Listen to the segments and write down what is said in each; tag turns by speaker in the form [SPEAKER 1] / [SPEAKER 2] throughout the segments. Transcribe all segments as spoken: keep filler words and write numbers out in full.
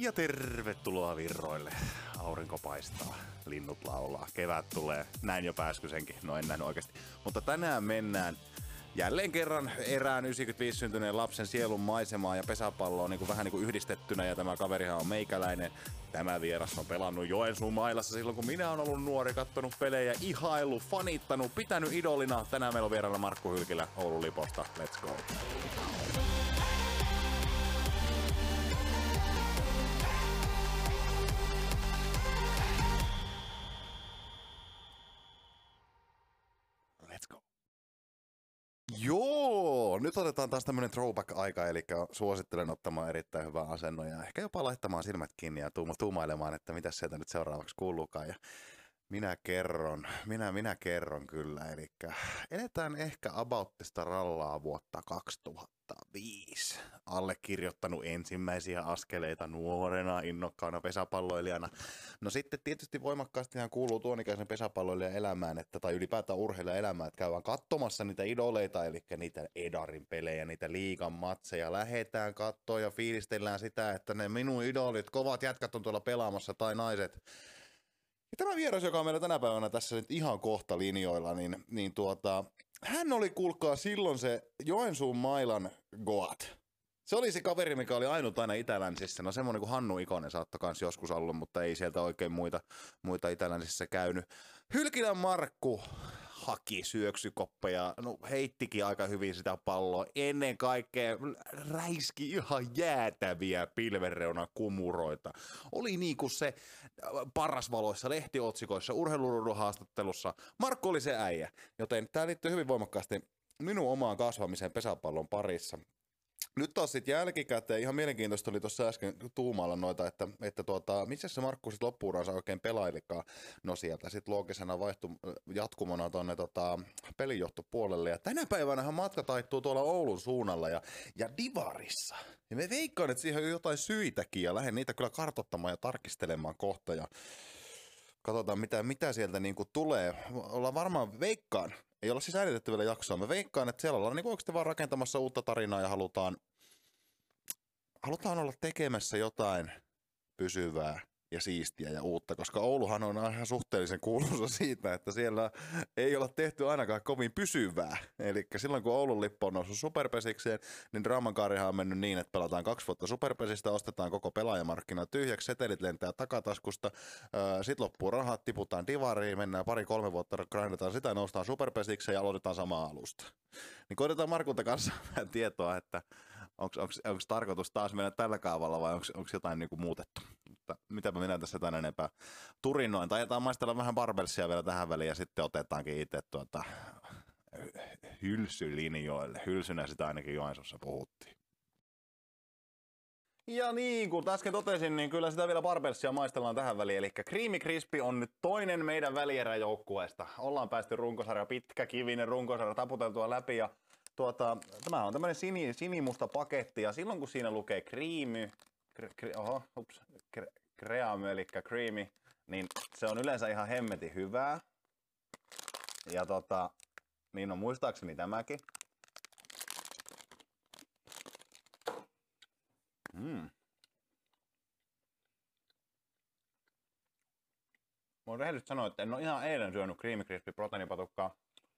[SPEAKER 1] Ja tervetuloa Virroille. Aurinko paistaa, linnut laulaa, kevät tulee. Näin jo Pääskysenkin, no en näin oikeasti. Mutta tänään mennään jälleen kerran erään yhdeksänkymmentäviisi syntyneen lapsen sielun maisemaan ja pesäpalloon niin kuin vähän niin kuin yhdistettynä. Ja tämä kaverihan on meikäläinen. Tämä vieras on pelannut Joensuun mailassa silloin kun minä olen ollut nuori, kattonut pelejä, ihaillut, fanittanut, pitänyt idolina. Tänään meillä on vierailla Markku Hylkilä Oulun Liposta. Let's go! Let's go. Joo, nyt otetaan taas tämmönen throwback-aika, eli suosittelen ottamaan erittäin hyvän asennon ja ehkä jopa laittamaan silmät kiinni ja tuuma, tuumailemaan, että mitä sieltä nyt seuraavaksi kuuluukaan. Ja minä kerron, minä, minä kerron kyllä, eli eletään ehkä abouttista rallaa vuotta kaksituhattaviisi. Allekirjoittanut ensimmäisiä askeleita nuorena, innokkaana pesäpalloilijana. No sitten tietysti voimakkaasti kuuluu tuon ikäisen pesäpalloilijan elämään, että, tai ylipäätään urheilijan elämään, että käydään katsomassa niitä idoleita, eli niitä Edarin pelejä, niitä liigan matseja. Lähetään katsoa ja fiilistellään sitä, että ne minun idolit, kovat jätkät on tuolla pelaamassa tai naiset. Ja tämä vieras, joka on meillä tänä päivänä tässä nyt ihan kohta linjoilla, niin, niin tuota, hän oli kuulkaa silloin se Joensuun mailan goat. Se oli se kaveri, mikä oli ainut aina Itälänsissä. No semmoinen kuin Hannu Ikonen saattoi kans joskus olla, mutta ei sieltä oikein muita, muita Itälänsissä käynyt. Hylkilän Markku haki syöksykoppeja, no heittikin aika hyvin sitä palloa. Ennen kaikkea räiski ihan jäätäviä pilvenreunan kumuroita. Oli niinku se parasvaloissa, lehtiotsikoissa, urheiluruudun haastattelussa. Markku oli se äijä, joten tää liittyy hyvin voimakkaasti minun omaan kasvamiseen pesäpallon parissa. Nyt taas sitten jälkikäteen ihan mielenkiintoista oli tuossa äsken tuumailla noita, että, että tuota, missä se Markku sitten loppuuransa oikein pelailikaan. No sieltä sitten loogisena vaihtui jatkumona tuonne tota, pelinjohtopuolelle. Ja tänä päivänähän matka taittuu tuolla Oulun suunnalla ja, ja Divarissa. Ja me veikkaan, että siihen on jotain syitäkin ja lähden niitä kyllä kartoittamaan ja tarkistelemaan kohta. Ja katsotaan mitä, mitä sieltä niinku tulee. Ollaan varmaan veikkaan. Ei olla siis äänitetty vielä jaksoa. Mä veikkaan, että siellä ollaan niin oikeasti vaan rakentamassa uutta tarinaa ja halutaan, halutaan olla tekemässä jotain pysyvää ja siistiä ja uutta, koska Ouluhan on ihan suhteellisen kuuluisa siitä, että siellä ei olla tehty ainakaan kovin pysyvää. Eli silloin kun Oulun lippu on noussut superpesikseen, niin Draamankaarihan on mennyt niin, että pelataan kaksi vuotta superpesistä, ostetaan koko pelaajamarkkina tyhjäksi, setelit lentää takataskusta, sitten loppuu rahat, tiputaan divariin, mennään pari-kolme vuotta, grindataan sitä, noustaan superpesikseen ja aloitetaan samaa alusta. Niin koitetaan Markulta kanssa vähän tietoa, että onko tarkoitus taas mennä tällä kaavalla vai onko jotain niinku muutettu. Mutta mitäpä minä tässä tämän enempää turinoin. Tajetaan maistella vähän barbelsia vielä tähän väliin ja sitten otetaankin itse tuota hylsylinjoille. Hylsynä sitä ainakin Joensuussa puhuttiin. Ja niin, kuin äsken totesin, niin kyllä sitä vielä barbelsia maistellaan tähän väliin. Eli Creamy Crispy on nyt toinen meidän välieräjoukkueesta. Ollaan päästy runkosarja, pitkä kivinen runkosarja taputeltua läpi. Ja tuota, tämä on tämmöinen sini, sinimusta paketti. Ja silloin kun siinä lukee creamy, kre, kre, oho, ups, kre, creamy, eli creamy, niin se on yleensä ihan hemmetin hyvää. Ja tota, niin on muistaakseni tämäkin. Mm. Voin rehellisesti sanoa, että en ole ihan eilen syönyt Creamy Crispy proteiinipatukkaa.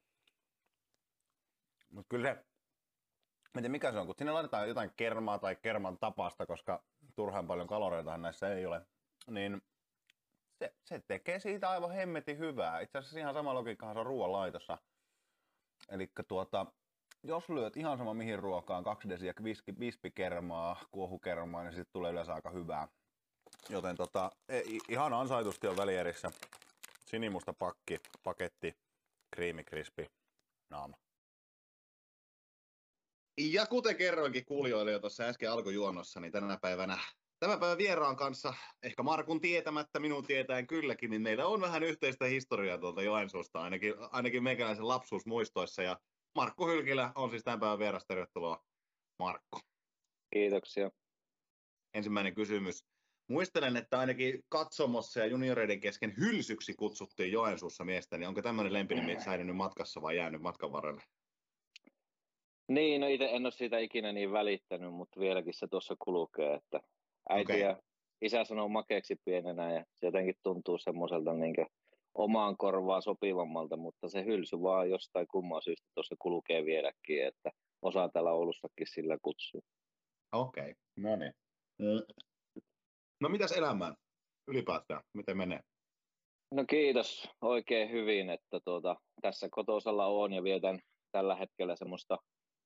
[SPEAKER 1] Mutta kyllä se, en tiedä mikä se on, kun sinne laitetaan jotain kermaa tai kerman tapasta, koska turhaan paljon kaloreita näissä ei ole, niin se, se tekee siitä aivan hemmetin hyvää. Itse asiassa ihan sama logiikkahan se on ruoanlaitossa. Eli tuota, jos lyöt ihan sama mihin ruokaan, kaksi desiä vispikermaa, kuohukermaa, niin sitten tulee yleensä aika hyvää. Joten tota, ihan ansaitusti on välierissä sinimusta pakki, paketti, Creamy Crispy, naama. Ja kuten kerroinkin kuulijoille jo tuossa äsken alkujuonnossa, niin tänä päivänä, tämän päivän vieraan kanssa, ehkä Markun tietämättä, minun tietäen kylläkin, niin meillä on vähän yhteistä historiaa tuolta Joensuusta, ainakin, ainakin meikäläisen lapsuusmuistoissa. Ja Markku Hylkilä on siis tämän päivän vieras. Tervetuloa, Markku.
[SPEAKER 2] Kiitoksia.
[SPEAKER 1] Ensimmäinen kysymys. Muistelen, että ainakin katsomossa ja junioreiden kesken hylsyksi kutsuttiin Joensuussa miestä, niin onko tämmöinen lempinimi säilynyt matkassa vai jäänyt matkan varrelle?
[SPEAKER 2] Niin, no itse en ole siitä ikinä niin välittänyt, mutta vieläkin se tuossa kulkee, että äiti, okay. ja, isä sanoo makeeksi pienenä ja se jotenkin tuntuu semmoiselta niin omaan korvaan sopivammalta, mutta se hylsy vaan jostain kumman syystä tuossa kulkee vieläkin, että osa täällä Oulussakin sillä kutsuu.
[SPEAKER 3] Okei, okay. No niin. No mitäs elämään ylipäätään, miten menee?
[SPEAKER 2] No kiitos oikein hyvin, että tuota, tässä kotosalla on ja vietän tällä hetkellä semmoista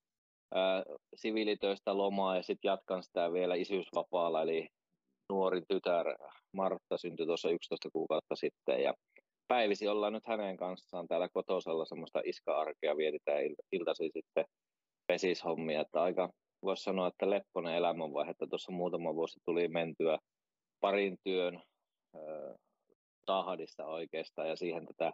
[SPEAKER 2] ää, siviilitöistä lomaa ja sitten jatkan sitä vielä isyysvapaalla, eli nuori tytär Martta syntyi tuossa yksitoista kuukautta sitten ja päivisi ollaan nyt hänen kanssaan täällä kotosalla semmoista iska-arkea, vietetään il- iltaisin sitten pesishommia, että aika voisi sanoa, että lepponen elämänvaihe, että tuossa muutama vuosi tuli mentyä parin työn äh, tahdista oikeastaan ja siihen tätä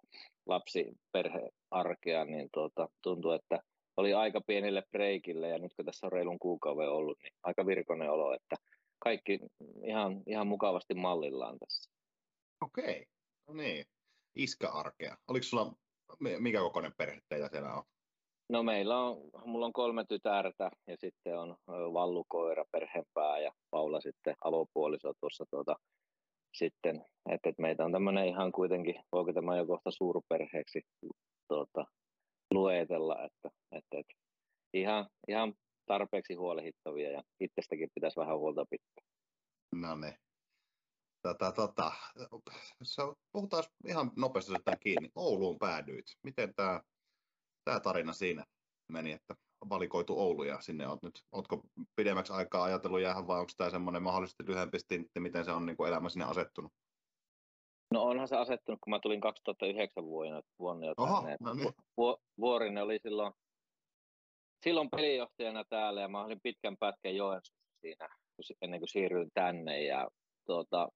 [SPEAKER 2] lapsiperhearkea, niin tuota, tuntui, että oli aika pienelle breikille ja nyt kun tässä on reilun kuukauden ollut, niin aika virkoinen olo, että kaikki ihan, ihan mukavasti mallillaan tässä.
[SPEAKER 3] Okei, no niin. Iska-arkea. Oliko sulla, mikä kokoinen perhe teillä siellä on?
[SPEAKER 2] No meillä on, mulla on kolme tytärtä ja sitten on vallukoira, perheenpää ja Paula sitten avopuoliso tuossa tuota, sitten, että et meitä on tämmöinen ihan kuitenkin, voiko tämä jo kohta suurperheeksi tuota, luetella, että, että, että ihan, ihan tarpeeksi huolehittavia ja itsestäkin pitäisi vähän huolta pitää.
[SPEAKER 3] No niin. Tota, tota, puhutaan ihan nopeasti sitä kiinni. Ouluun päädyit. Miten tämä tää tarina siinä meni, että valikoitu Oulu ja sinne olet nyt, ootko pidemmäksi aikaa ajatellut jäädä vai onko tämä semmoinen mahdollisesti lyhyempi stintti, miten se on niin kuin elämä sinne asettunut?
[SPEAKER 2] No onhan se asettunut, kun mä tulin kaksituhattayhdeksän vuonna, vuonna jo
[SPEAKER 3] Oho,
[SPEAKER 2] tänne.
[SPEAKER 3] no niin.
[SPEAKER 2] Vu, Vuorinen oli silloin, silloin pelijohtajana täällä ja mä olin pitkän pätkän Joensuussa siinä ennen kuin siirryin tänne ja tuota,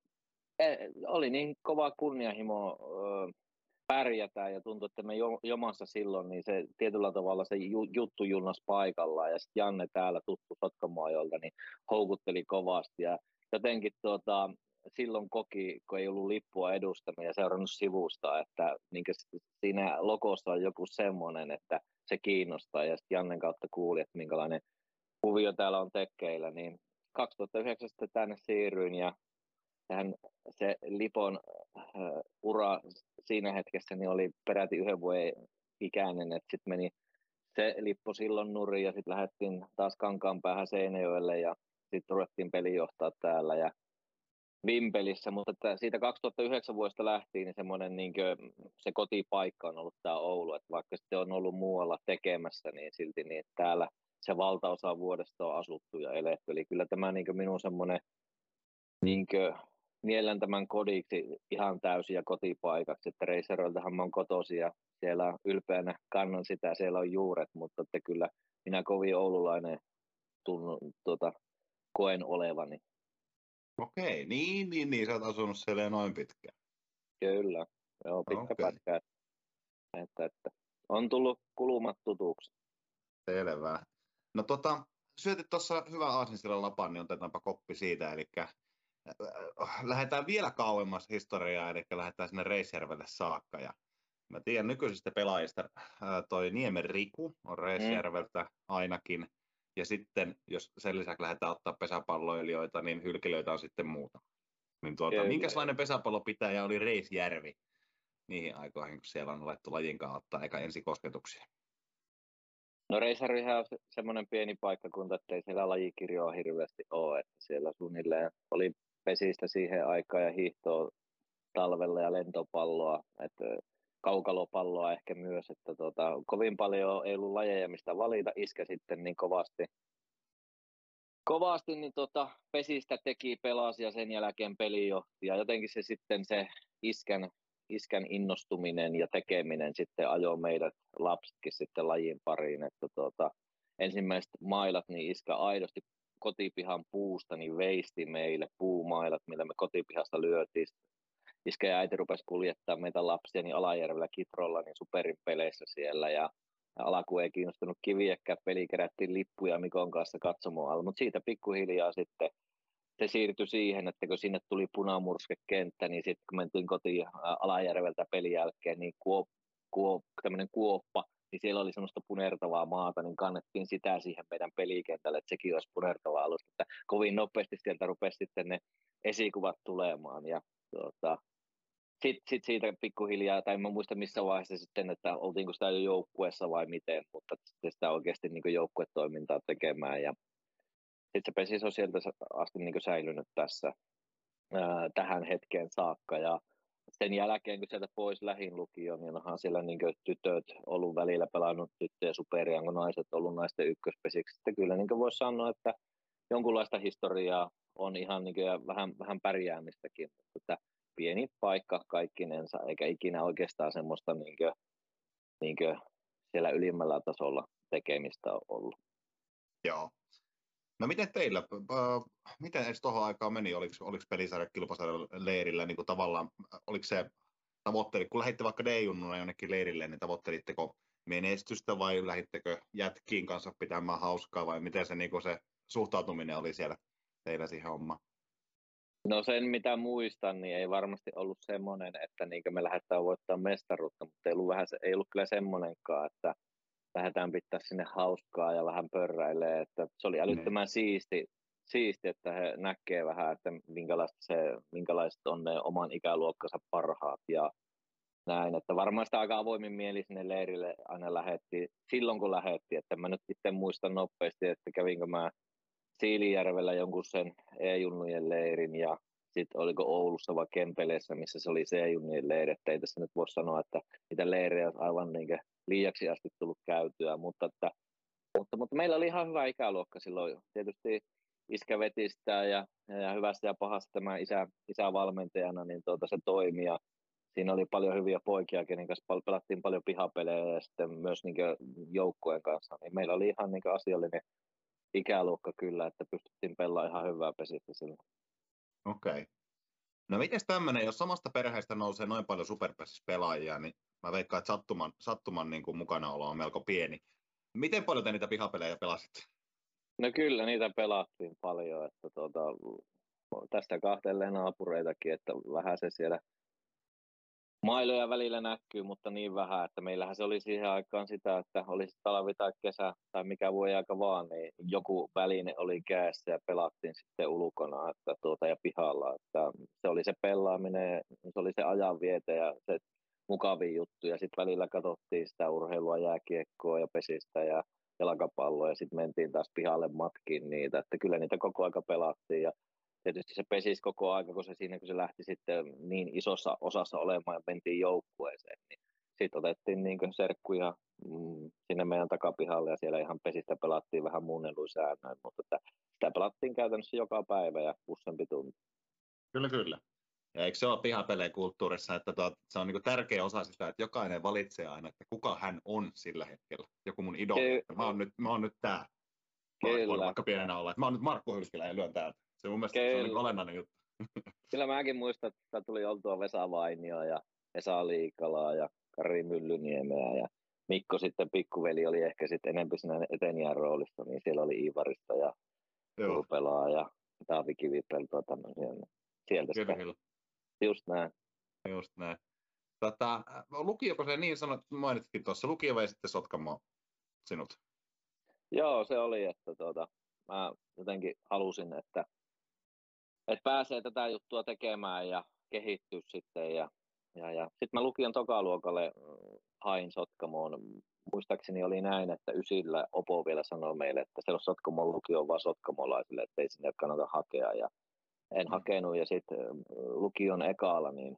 [SPEAKER 2] oli niin kova kunnianhimo ö, pärjätä ja tuntui, että me jomassa silloin, niin se tietyllä tavalla se juttu junnas paikallaan ja sitten Janne täällä tuttu Sotkamoajolta, niin houkutteli kovasti ja jotenkin tuota, silloin koki, kun ei ollut lippua edustamaan ja seurannut sivusta, että niin siinä logossa on joku semmoinen, että se kiinnostaa ja sitten Jannen kautta kuuli, että minkälainen kuvio täällä on tekkeillä, niin kaksituhattayhdeksän tänne siirryin ja tähän se Lipon äh, ura siinä hetkessä niin oli peräti yhden vuoden ikäinen, että sitten meni se Lippo silloin nurin ja sitten lähdettiin taas Kankaanpäähän Seinäjoelle ja sitten ruvettiin pelijohtaa täällä ja Vimpelissä, mutta että siitä kaksituhattayhdeksän vuodesta lähtien niin semmoinen niin se kotipaikka on ollut tämä Oulu, että vaikka sitten on ollut muualla tekemässä, niin silti niin täällä se valtaosa vuodesta on asuttu ja eletty, eli kyllä tämä niin minun semmoinen niin miellän tämän kodiksi ihan täysin ja kotipaikaksi, että Reiseroiltahan mä oon kotoisin ja siellä ylpeänä kannan sitä, siellä on juuret, mutta että kyllä minä kovin oululainen tunnun, tuota, koen olevani.
[SPEAKER 3] Okei, niin, niin, niin, sä oot asunut siellä noin pitkään.
[SPEAKER 2] Kyllä, joo, pitkä
[SPEAKER 3] Okei.
[SPEAKER 2] pätkä, että, että on tullut kulumat tutuksi.
[SPEAKER 3] Selvä. No tota, syötit tuossa hyvän aasinsillan lapan, niin otetaanpa koppi siitä, eli lähdetään vielä kauemmas historiaa, eli lähdetään sinne Reisjärvelle saakka. Ja mä tiedän nykyisistä pelaajista, toi Niemen Riku on Reisjärveltä mm. ainakin. Ja sitten, jos sen lisäksi lähdetään ottaa pesäpalloilijoita, niin hylkilöitä on sitten muuta. Niin tuota, minkälainen pesäpallopitäjä oli Reisjärvi niihin aikoihin, kun siellä on alettu lajinkaan ottaa eikä ensikosketuksia?
[SPEAKER 2] No Reisjärvihän on se, semmoinen pieni paikkakunta, että ei siellä lajikirjoa hirveästi ole. Että siellä suunnilleen oli pesistä siihen aikaan ja hiihtoa talvella ja lentopalloa. Että kaukalopalloa ehkä myös, että tota, kovin paljon ei ollut lajeja, mistä valita. Iskä sitten niin kovasti, kovasti niin tota, pesistä teki, pelasi ja sen jälkeen pelijohti. Ja jotenkin se sitten se iskän, iskän innostuminen ja tekeminen sitten ajoi meidät lapsetkin sitten lajin pariin. Että tota, ensimmäiset mailat niin iskä aidosti kotipihan puusta niin veisti meille puumailat, millä me kotipihasta lyötiin. Iskä ja äiti rupesi kuljettaa meitä lapsia niin Alajärvellä Kitrolla niin superin peleissä siellä ja alkuun ei kiinnostunut kiviäkään, peli kerättiin lippuja Mikon kanssa katsomaan alla, mutta siitä pikkuhiljaa sitten se siirtyi siihen, että kun sinne tuli punamurskekenttä, niin sitten kun mentiin kotiin Alajärveltä pelin jälkeen, niin kuop, kuop, tämmöinen kuoppa, niin siellä oli semmoista punertavaa maata, niin kannettiin sitä siihen meidän pelikentälle, että sekin olisi punertavaa alusta. Että kovin nopeasti sieltä rupesi sitten ne esikuvat tulemaan. Ja tuota, sitten sit siitä pikkuhiljaa, tai en mä muista missä vaiheessa sitten, että oltiinko sitä jo joukkueessa vai miten, mutta sitten sitä oikeasti niin joukkuetoimintaa tekemään. Ja sitten se Pesis on sieltä asti niin säilynyt tässä ää, tähän hetkeen saakka. Ja sen jälkeen, kun sieltä pois lähin lukioon, niin onhan siellä niin tytöt ollut välillä pelannut tyttöjä superia, onko naiset ollut naisten ykköspesiksi. Sitten kyllä niin voisi sanoa, että jonkunlaista historiaa on ihan niin ja vähän, vähän pärjäämistäkin, mutta pieni paikka kaikkinensa, eikä ikinä oikeastaan semmoista niin kuin, niin kuin siellä ylimmällä tasolla tekemistä on ollut.
[SPEAKER 3] Joo. No miten teillä, äh, miten edes tuohon aikaan meni, oliko, oliko pelisarja kilpasarjan leirillä niin kuin tavallaan, oliko se tavoitteli, kun lähditte vaikka D-junnuna jonnekin leirille, niin tavoittelitteko menestystä vai lähdittekö jätkiin kanssa pitämään hauskaa vai miten se, niin kuin se suhtautuminen oli siellä teillä siihen hommaan?
[SPEAKER 2] No sen mitä muistan, niin ei varmasti ollut semmoinen, että niin me lähdetään voittamaan mestaruutta, mutta ei ollut, vähän, ei ollut kyllä semmoinenkaan, että lähdetään pitää sinne hauskaa ja vähän pörräilee, että se oli älyttömän mm. siisti, siisti, että he näkee vähän, että minkälaista se, minkälaiset on ne oman ikäluokkansa parhaat ja näin, että varmaan sitä aika avoimin mieli sinne leirille aina lähetti, silloin kun lähetti, että mä nyt sitten muistan nopeasti, että kävinkö mä Siilijärvellä jonkun sen E-junnujen leirin ja sitten oliko Oulussa vai Kempeleessä, missä se oli C-junnujen leiri, että ei tässä nyt voi sanoa, että niitä leirejä on aivan niin liiaksi asti tullut käytyä, mutta, että, mutta, mutta meillä oli ihan hyvä ikäluokka silloin, tietysti iskä veti sitä ja, ja hyvästä ja pahasta tämä isä, isä valmentajana, niin tuota, se toimi ja siinä oli paljon hyviä poikia, kenen kanssa pelattiin paljon pihapelejä ja sitten myös niin joukkueen kanssa, niin meillä oli ihan niin asiallinen ikäluokka kyllä, että pystyttiin pelaamaan ihan hyvää pesistä silloin.
[SPEAKER 3] Okei. Okay. No mites tämmöinen, jos samasta perheestä nousee noin paljon superpesispelaajia, niin mä veikkaan, että sattuman, sattuman niin kuin mukanaolo on melko pieni. Miten paljon te niitä pihapelejä pelasitte?
[SPEAKER 2] No kyllä, niitä pelattiin paljon, että tuota, tästä kahtelee naapureitakin, että vähän se siellä mailoja välillä näkyy, mutta niin vähän, että meillähän se oli siihen aikaan sitä, että oli talvi tai kesä tai mikä vuoden aika vaan, niin joku väline oli kädessä ja pelattiin sitten ulkona että tuota, ja pihalla. Että se oli se pelaaminen, se oli se ajanviete ja se mukavin juttu ja sitten välillä katsottiin sitä urheilua, jääkiekkoa ja pesistä ja jalkapalloa ja sitten mentiin taas pihalle matkiin niitä, että kyllä niitä koko aika pelattiin ja tietysti se pesisi koko aika, kun se siinä kun se lähti sitten niin isossa osassa olemaan ja mentiin joukkueeseen, niin sitten otettiin niin serkkuja mm, sinne meidän takapihalle ja siellä ihan pesistä pelattiin vähän muunnelluin säännöin, mutta että sitä pelattiin käytännössä joka päivä ja useampi tunti.
[SPEAKER 3] Kyllä, kyllä. Ja eikö se ole pihapelejä kulttuurissa, että tuo, se on niin tärkeä osa sitä, että jokainen valitsee aina, että kuka hän on sillä hetkellä. Joku mun idoli, että mä oon nyt, mä oon nyt tää. Mä voin vaikka pienenä olla, että mä oon nyt Markku Hylskilä ja lyön täältä. Se mun mielestä se on niin olennainen juttu.
[SPEAKER 2] Kyllä mäkin muistan, että tuli oltua Vesa Vainioa ja Esa Liikalaa ja Kari Myllyniemeä ja Mikko sitten pikkuveli oli ehkä sitten enemmän siinä Etenijän roolissa, niin siellä oli Iivarista ja Turpelaa ja Taavi Kivipeltoa tämmöisiä. Sieltä sitä. Just näin.
[SPEAKER 3] Just näin. Tätä, lukioko se niin sanot, mainitsitkin tuossa, lukio vei sitten Sotkamoon sinut?
[SPEAKER 2] Joo, se oli, että tuota, mä jotenkin halusin, että, että pääsee tätä juttua tekemään ja kehittyä sitten. Ja, ja, ja. Sitten mä lukion tokaluokalle hain Sotkamoon. Muistaakseni oli näin, että ysillä Opo vielä sanoi meille, että siellä on Sotkamon lukio vaan sotkamolaisille, että ei sinne kannata hakea. Ja en mm. hakenut ja sitten lukion ekaalla, niin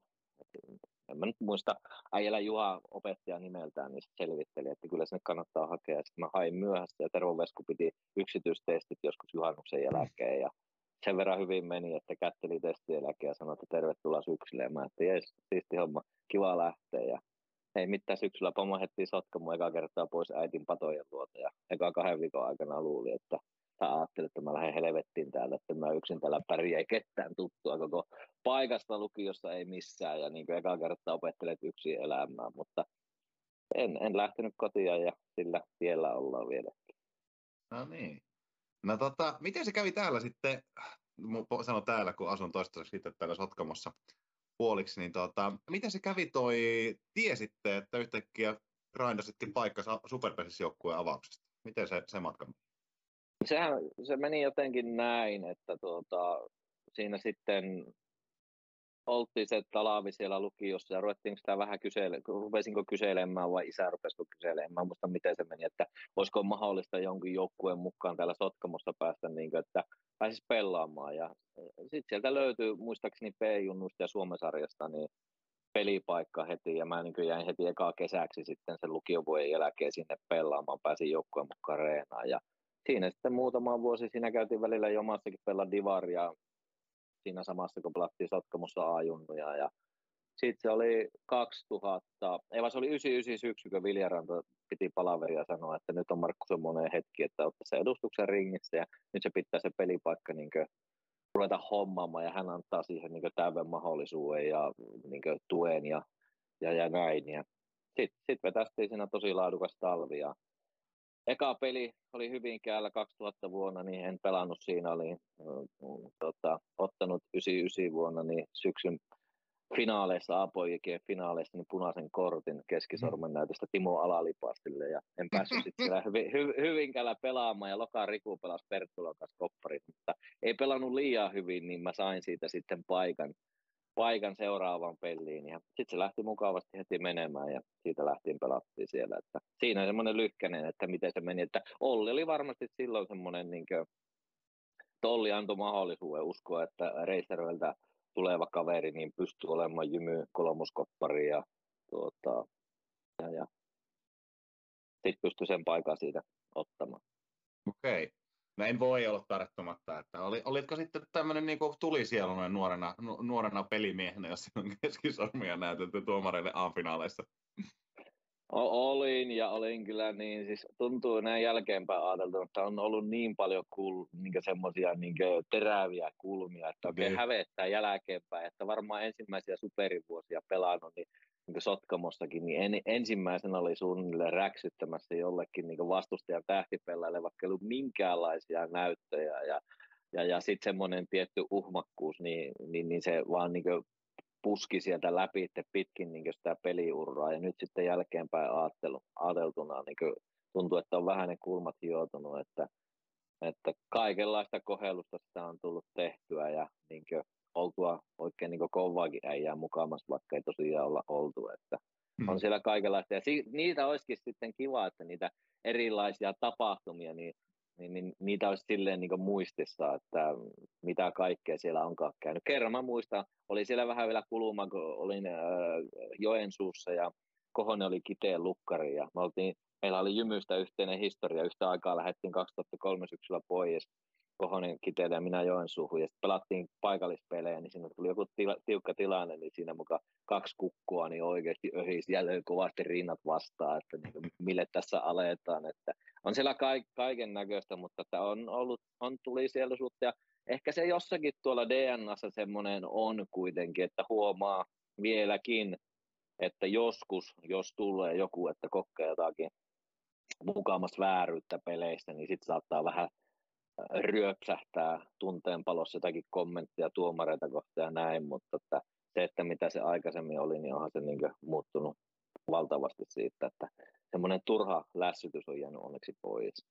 [SPEAKER 2] en mä nyt muista, äijällä Juha opettaja nimeltään, niin selvitteli, että kyllä sinne kannattaa hakea. Sitten mä hain myöhässä ja Tervo Vesku piti yksityistestit joskus juhannuksen jälkeen ja sen verran hyvin meni, että kätteli testien jälkeen ja sanoi, että tervetuloa syksyllä. Ja mä että jes, siisti homma, kiva lähteä. Ja ei mitään, syksyllä pomahettiin Sotkamoon eka kertaa pois äitin patojen luota ja eka kahden viikon aikana luuli, että tai ajattelin, että mä lähden helvettiin täältä, että mä yksin täällä pärjää, ei ketään tuttua koko paikasta lukiossa, ei missään, ja niin kuin eka kertaa opettelet yksin elämään, mutta en, en lähtenyt kotiin ja sillä tiellä ollaan vielä.
[SPEAKER 3] No niin. No tota, miten se kävi täällä sitten, sanon täällä, kun asun toistaiseksi sitten täällä Sotkamossa puoliksi, niin tota, miten se kävi toi, tiesitte, että yhtäkkiä grindasitkin paikka Superpesisjoukkueen avauksesta? Miten se, se matka meni?
[SPEAKER 2] Sehän, se meni jotenkin näin, että tuota, siinä sitten oltiin se talavi siellä lukiossa ja ruvettiinko sitä vähän kysele, rupesinko kyselemään vai isä rupesiko kyselemään, mä en muista miten se meni, että olisiko mahdollista jonkin joukkueen mukaan täällä Sotkamossa päästä, niin kuin, että pääsisi pelaamaan ja sitten sieltä löytyy muistaakseni P-junnusta ja Suomen-sarjasta niin pelipaikka heti ja mä niin jäin heti ekaa kesäksi sitten sen lukiovuoden jälkeen sinne pelaamaan, pääsin joukkueen mukaan reenaan ja siinä sitten muutama vuosi siinä käytiin välillä jomassakin pelaa divaria siinä samassa, kun pelattiin Sotkamossa A-junnuja. Ja sitten se oli kaksituhatta, ei vaan se oli yhdeksänkymmentäyhdeksän syksy, kun Viljaranta piti palaveria sanoa, että nyt on Markku semmoinen hetki, että ottaa se edustuksen ringissä ja nyt se pitää se pelipaikka niin kuin ruveta hommaamaan ja hän antaa siihen niin kuin täyden mahdollisuuden ja niin kuin tuen ja, ja, ja näin. Ja sitten sit vetästiin siinä tosi laadukas talvi ja eka peli oli Hyvinkäällä kaksituhatta vuonna, niin en pelannut siinä, olin mm, tota, ottanut yhdeksänkymmentäyhdeksän vuonna niin syksyn finaaleissa, A-poikien finaaleissa, niin punaisen kortin keskisormen näytöstä Timo Alalipastille ja en päässyt sitten siellä Hy- Hy- Hyvinkäällä pelaamaan ja Loka Riku pelasi Perttulon kanssa kopparit, mutta ei pelannut liian hyvin, niin mä sain siitä sitten paikan, paikan seuraavaan peliin ja sitten se lähti mukavasti heti menemään ja siitä lähtien pelattiin siellä, että siinä on semmoinen lyhkäinen, että miten se meni, että Olli oli varmasti silloin semmoinen, niin kuin, Olli antoi mahdollisuuden uskoa, että Reisjärveltä tuleva kaveri niin pystyy olemaan jymy kolmoskoppari ja, tuota, ja, ja sitten pystyy sen paikan siitä ottamaan.
[SPEAKER 3] Okei. No en voi olla tarttumatta, että oli, olitko sitten tämmöinen niin tulisielunen nuorena, nu, nuorena pelimiehenä, jos on keskisormia näytetty tuomareille A-finaaleissa?
[SPEAKER 2] O- olin ja olin kyllä niin, siis tuntuu näin jälkeenpäin ajateltu, että on ollut niin paljon kul, niin semmoisia niin teräviä kulmia, että oikein
[SPEAKER 3] Niin.
[SPEAKER 2] hävettää jälkeenpäin, että varmaan ensimmäisiä superivuosia pelannut, niin, niin Sotkamossakin, niin en, ensimmäisenä oli suunnilleen räksyttämässä jollekin niin vastustajan tähtipelaajalle, vaikka ei ollut minkäänlaisia näyttöjä ja, ja, ja sitten semmoinen tietty uhmakkuus, niin, niin, niin se vaan niin puski sieltä läpi pitkin niin sitä peliuraa, ja nyt sitten jälkeenpäin ajateltuna niin tuntuu, että on vähän ne kulmat hioutunut, että, että kaikenlaista kohellusta sitä on tullut tehtyä, ja niin oltua oikein niin kovaakin äijää mukamassa, vaikka ei tosiaan olla oltu, että
[SPEAKER 3] Hmm.
[SPEAKER 2] on siellä kaikenlaista, ja si- niitä olisikin sitten kiva, että niitä erilaisia tapahtumia, niin Niin, niin niitä olisi silleen niin muistissa, että mitä kaikkea siellä onkaan käynyt. Kerran mä muistan, oli siellä vähän vielä kuluma, kun olin äh, Joensuussa ja Kohonen oli Kiteen lukkari ja me oltiin, meillä oli Jymystä yhteinen historia. Yhtä aikaa lähdettiin kaksituhattakolme syksyllä pois Kohonen Kiteelle ja minä Joensuuhun ja sitten pelattiin paikallispelejä, niin siinä tuli joku tila, tiukka tilanne, niin siinä mukaan kaksi kukkua niin oikeasti öhisi jälleen kovasti rinnat vastaan, että niin kuin, mille tässä aletaan, että on siellä kaiken näköistä, mutta että on ollut, on tuli siellä suhteen ja ehkä se jossakin tuolla D N A:ssa semmoinen on kuitenkin, että huomaa vieläkin, että joskus, jos tulee joku, että kokee jotakin mukaamassa vääryyttä peleistä, niin sitten saattaa vähän ryöpsähtää tunteenpalossa jotakin kommenttia tuomareita kohtaan ja näin, mutta että se, että mitä se aikaisemmin oli, niin onhan se niin kuin muuttunut valtavasti siitä, että semmoinen turha lässytys on jäänyt onneksi pois.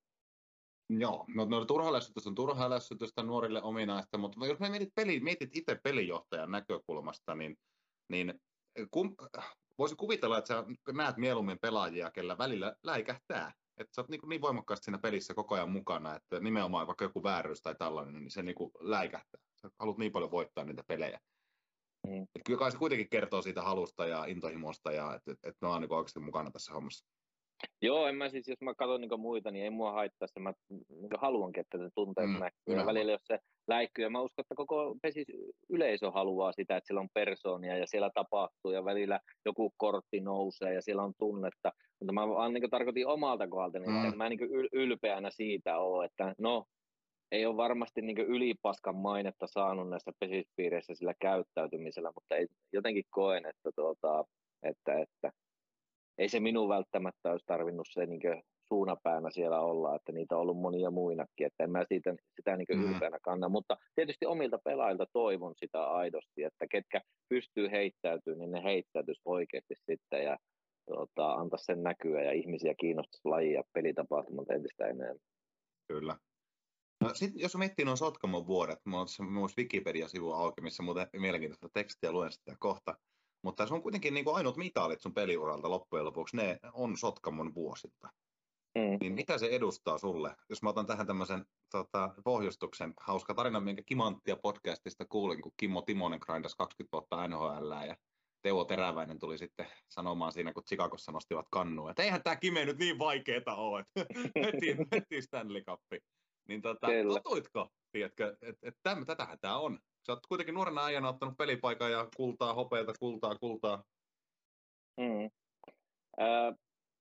[SPEAKER 3] Joo, no, no turha lässytys on turha lässytystä nuorille ominaista, mutta jos me mietit, peli, mietit itse pelijohtajan näkökulmasta, niin, niin kum, voisi kuvitella, että sä näet mieluummin pelaajia, kellä välillä läikähtää. Että sä oot niin, niin voimakkaasti siinä pelissä koko ajan mukana, että nimenomaan vaikka joku vääryys tai tällainen, niin se niin kuin läikähtää. Sä haluat niin paljon voittaa niitä pelejä. Mm. Et kyllä kai se kuitenkin kertoo siitä halusta ja intohimosta, ja että et, et ne on niin oikeasti mukana tässä hommassa. Joo,
[SPEAKER 2] en mä siis, jos mä katson niin muita, niin ei mua haittaa se. Mä niin haluankin, että se tunteet mm, näkyy. Ja välillä, jos se läikkyy, ja mä uskon, että koko pesis yleisö haluaa sitä, että siellä on persoonia ja siellä tapahtuu, ja välillä joku kortti nousee ja siellä on tunnetta. Mutta mä vaan niin tarkoitin omalta kohdalta, niin mm. mä niin ylpeänä siitä ole, että no, ei ole varmasti niin ylipaskan mainetta saanut näissä pesispiireissä sillä käyttäytymisellä, mutta ei, jotenkin koen, että, tuota, että, että ei se minun välttämättä olisi tarvinnut se niin suunapäänä siellä olla, että niitä on ollut monia muinakin, että en mä siitä, sitä niin ylpeänä kanna, mutta tietysti omilta pelaajilta toivon sitä aidosti, että ketkä pystyy heittäytymään, niin ne heittäytyisi oikeasti sitten ja tuota, antaa sen näkyä ja ihmisiä kiinnostaisi lajia pelitapahtumalta entistä enemmän.
[SPEAKER 3] Kyllä. No, sit, jos miettii nuo Sotkamon vuodet, mulla on tässä muun Wikipedia-sivu auki, missä muuten mielenkiintoista tekstiä, luen sitä kohta. Mutta se on kuitenkin niin kuin ainut mitalit sun peliuralta loppujen lopuksi, ne on Sotkamon vuosilta.
[SPEAKER 2] Mm.
[SPEAKER 3] Niin mitä se edustaa sulle? Jos mä otan tähän tämmöisen tota, pohjustuksen, hauska tarina, minkä Kimanttia podcastista kuulin, kun Kimmo Timonen grindasi kaksikymmentä vuotta N H L ja Teuvo Teräväinen tuli sitten sanomaan siinä, kun Chicagossa nostivat kannua, että eihän tämä Kime nyt niin vaikeeta ole, että heti, heti Stanley Cup. Niin tota, totuitko, tiedätkö, että et, et tätähän tämä on? Sä oot kuitenkin nuorena ajana ottanut pelipaikan ja kultaa, hopeata, kultaa, kultaa.
[SPEAKER 2] Mm. Äh,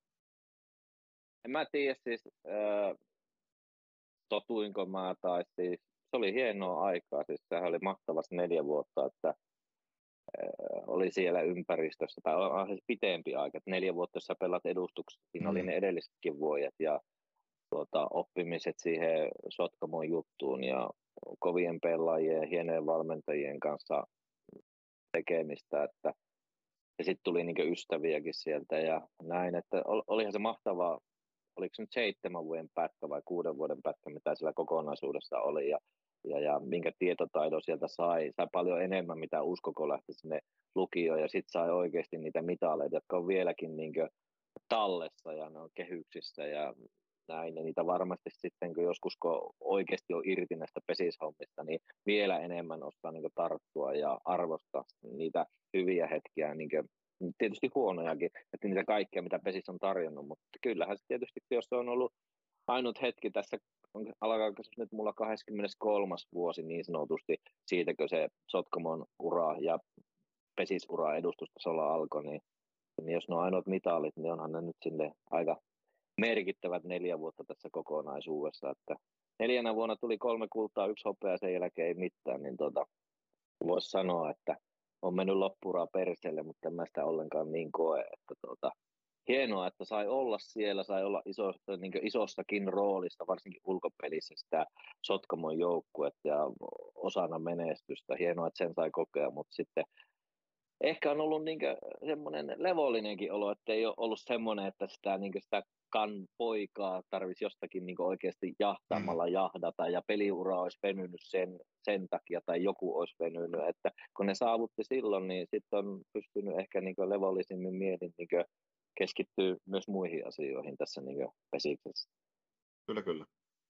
[SPEAKER 2] en mä tiedä siis, äh, totuinko mä, tai siis se oli hienoa aikaa, siis sehän oli mahtavasti neljä vuotta, että äh, oli siellä ympäristössä, tai on siis pitempi aika, että neljä vuotta, jos sä pelat edustuksessa, siinä mm. oli ne edellisetkin vuodet, ja tuota, oppimiset siihen Sotkamon juttuun, ja kovien pelaajien ja hienojen valmentajien kanssa tekemistä, että ja sitten tuli niinku ystäviäkin sieltä ja näin, että olihan se mahtavaa, oliko se nyt seitsemän vuoden pätkä vai kuuden vuoden pätkä, mitä siellä kokonaisuudessa oli ja, ja, ja minkä tietotaidon sieltä sai, sai paljon enemmän, mitä usko, kun lähti sinne lukioon ja sitten sai oikeasti niitä mitaleita, jotka on vieläkin niinku tallessa ja ne on kehyksissä ja näin, ja niitä varmasti sitten, kun joskus kun oikeasti on irti näistä pesishommista, niin vielä enemmän osaa niin kuin tarttua ja arvostaa niitä hyviä hetkiä, niin kuin, tietysti huonojakin, että niitä kaikkea, mitä pesis on tarjonnut, mutta kyllähän se tietysti, jos se on ollut ainut hetki tässä, alkaako se nyt mulla kaksikymmentäkolmas vuosi niin sanotusti, siitäkö se Sotkamon ura ja pesisura edustustasolla alkoi, niin, niin jos ne on ainoat mitalit, niin onhan ne nyt sinne aika merkittävät neljä vuotta tässä kokonaisuudessa, että neljänä vuonna tuli kolme kultaa, yksi hopea, sen jälkeen ei mitään, niin tota, voisi sanoa, että on mennyt loppuraa perseelle, mutta en mä sitä ollenkaan niin koe, että tota, hienoa, että sai olla siellä, sai olla iso, niin isossakin roolissa, varsinkin ulkopelissä sitä Sotkamon joukkuetta ja osana menestystä, hienoa, että sen sai kokea, mutta sitten ehkä on ollut niin semmoinen levollinenkin olo, että ei ole ollut semmoinen, että sitä, niin sitä kan poikaa tarvitsisi jostakin niin oikeasti jahtaamalla jahdata ja peliura olisi venynyt sen, sen takia tai joku olisi venynyt, että kun ne saavutti silloin, niin sitten on pystynyt ehkä niin levollisimmin mielin niin keskittyä myös muihin asioihin tässä niin pesiksessä.
[SPEAKER 3] Kyllä, kyllä.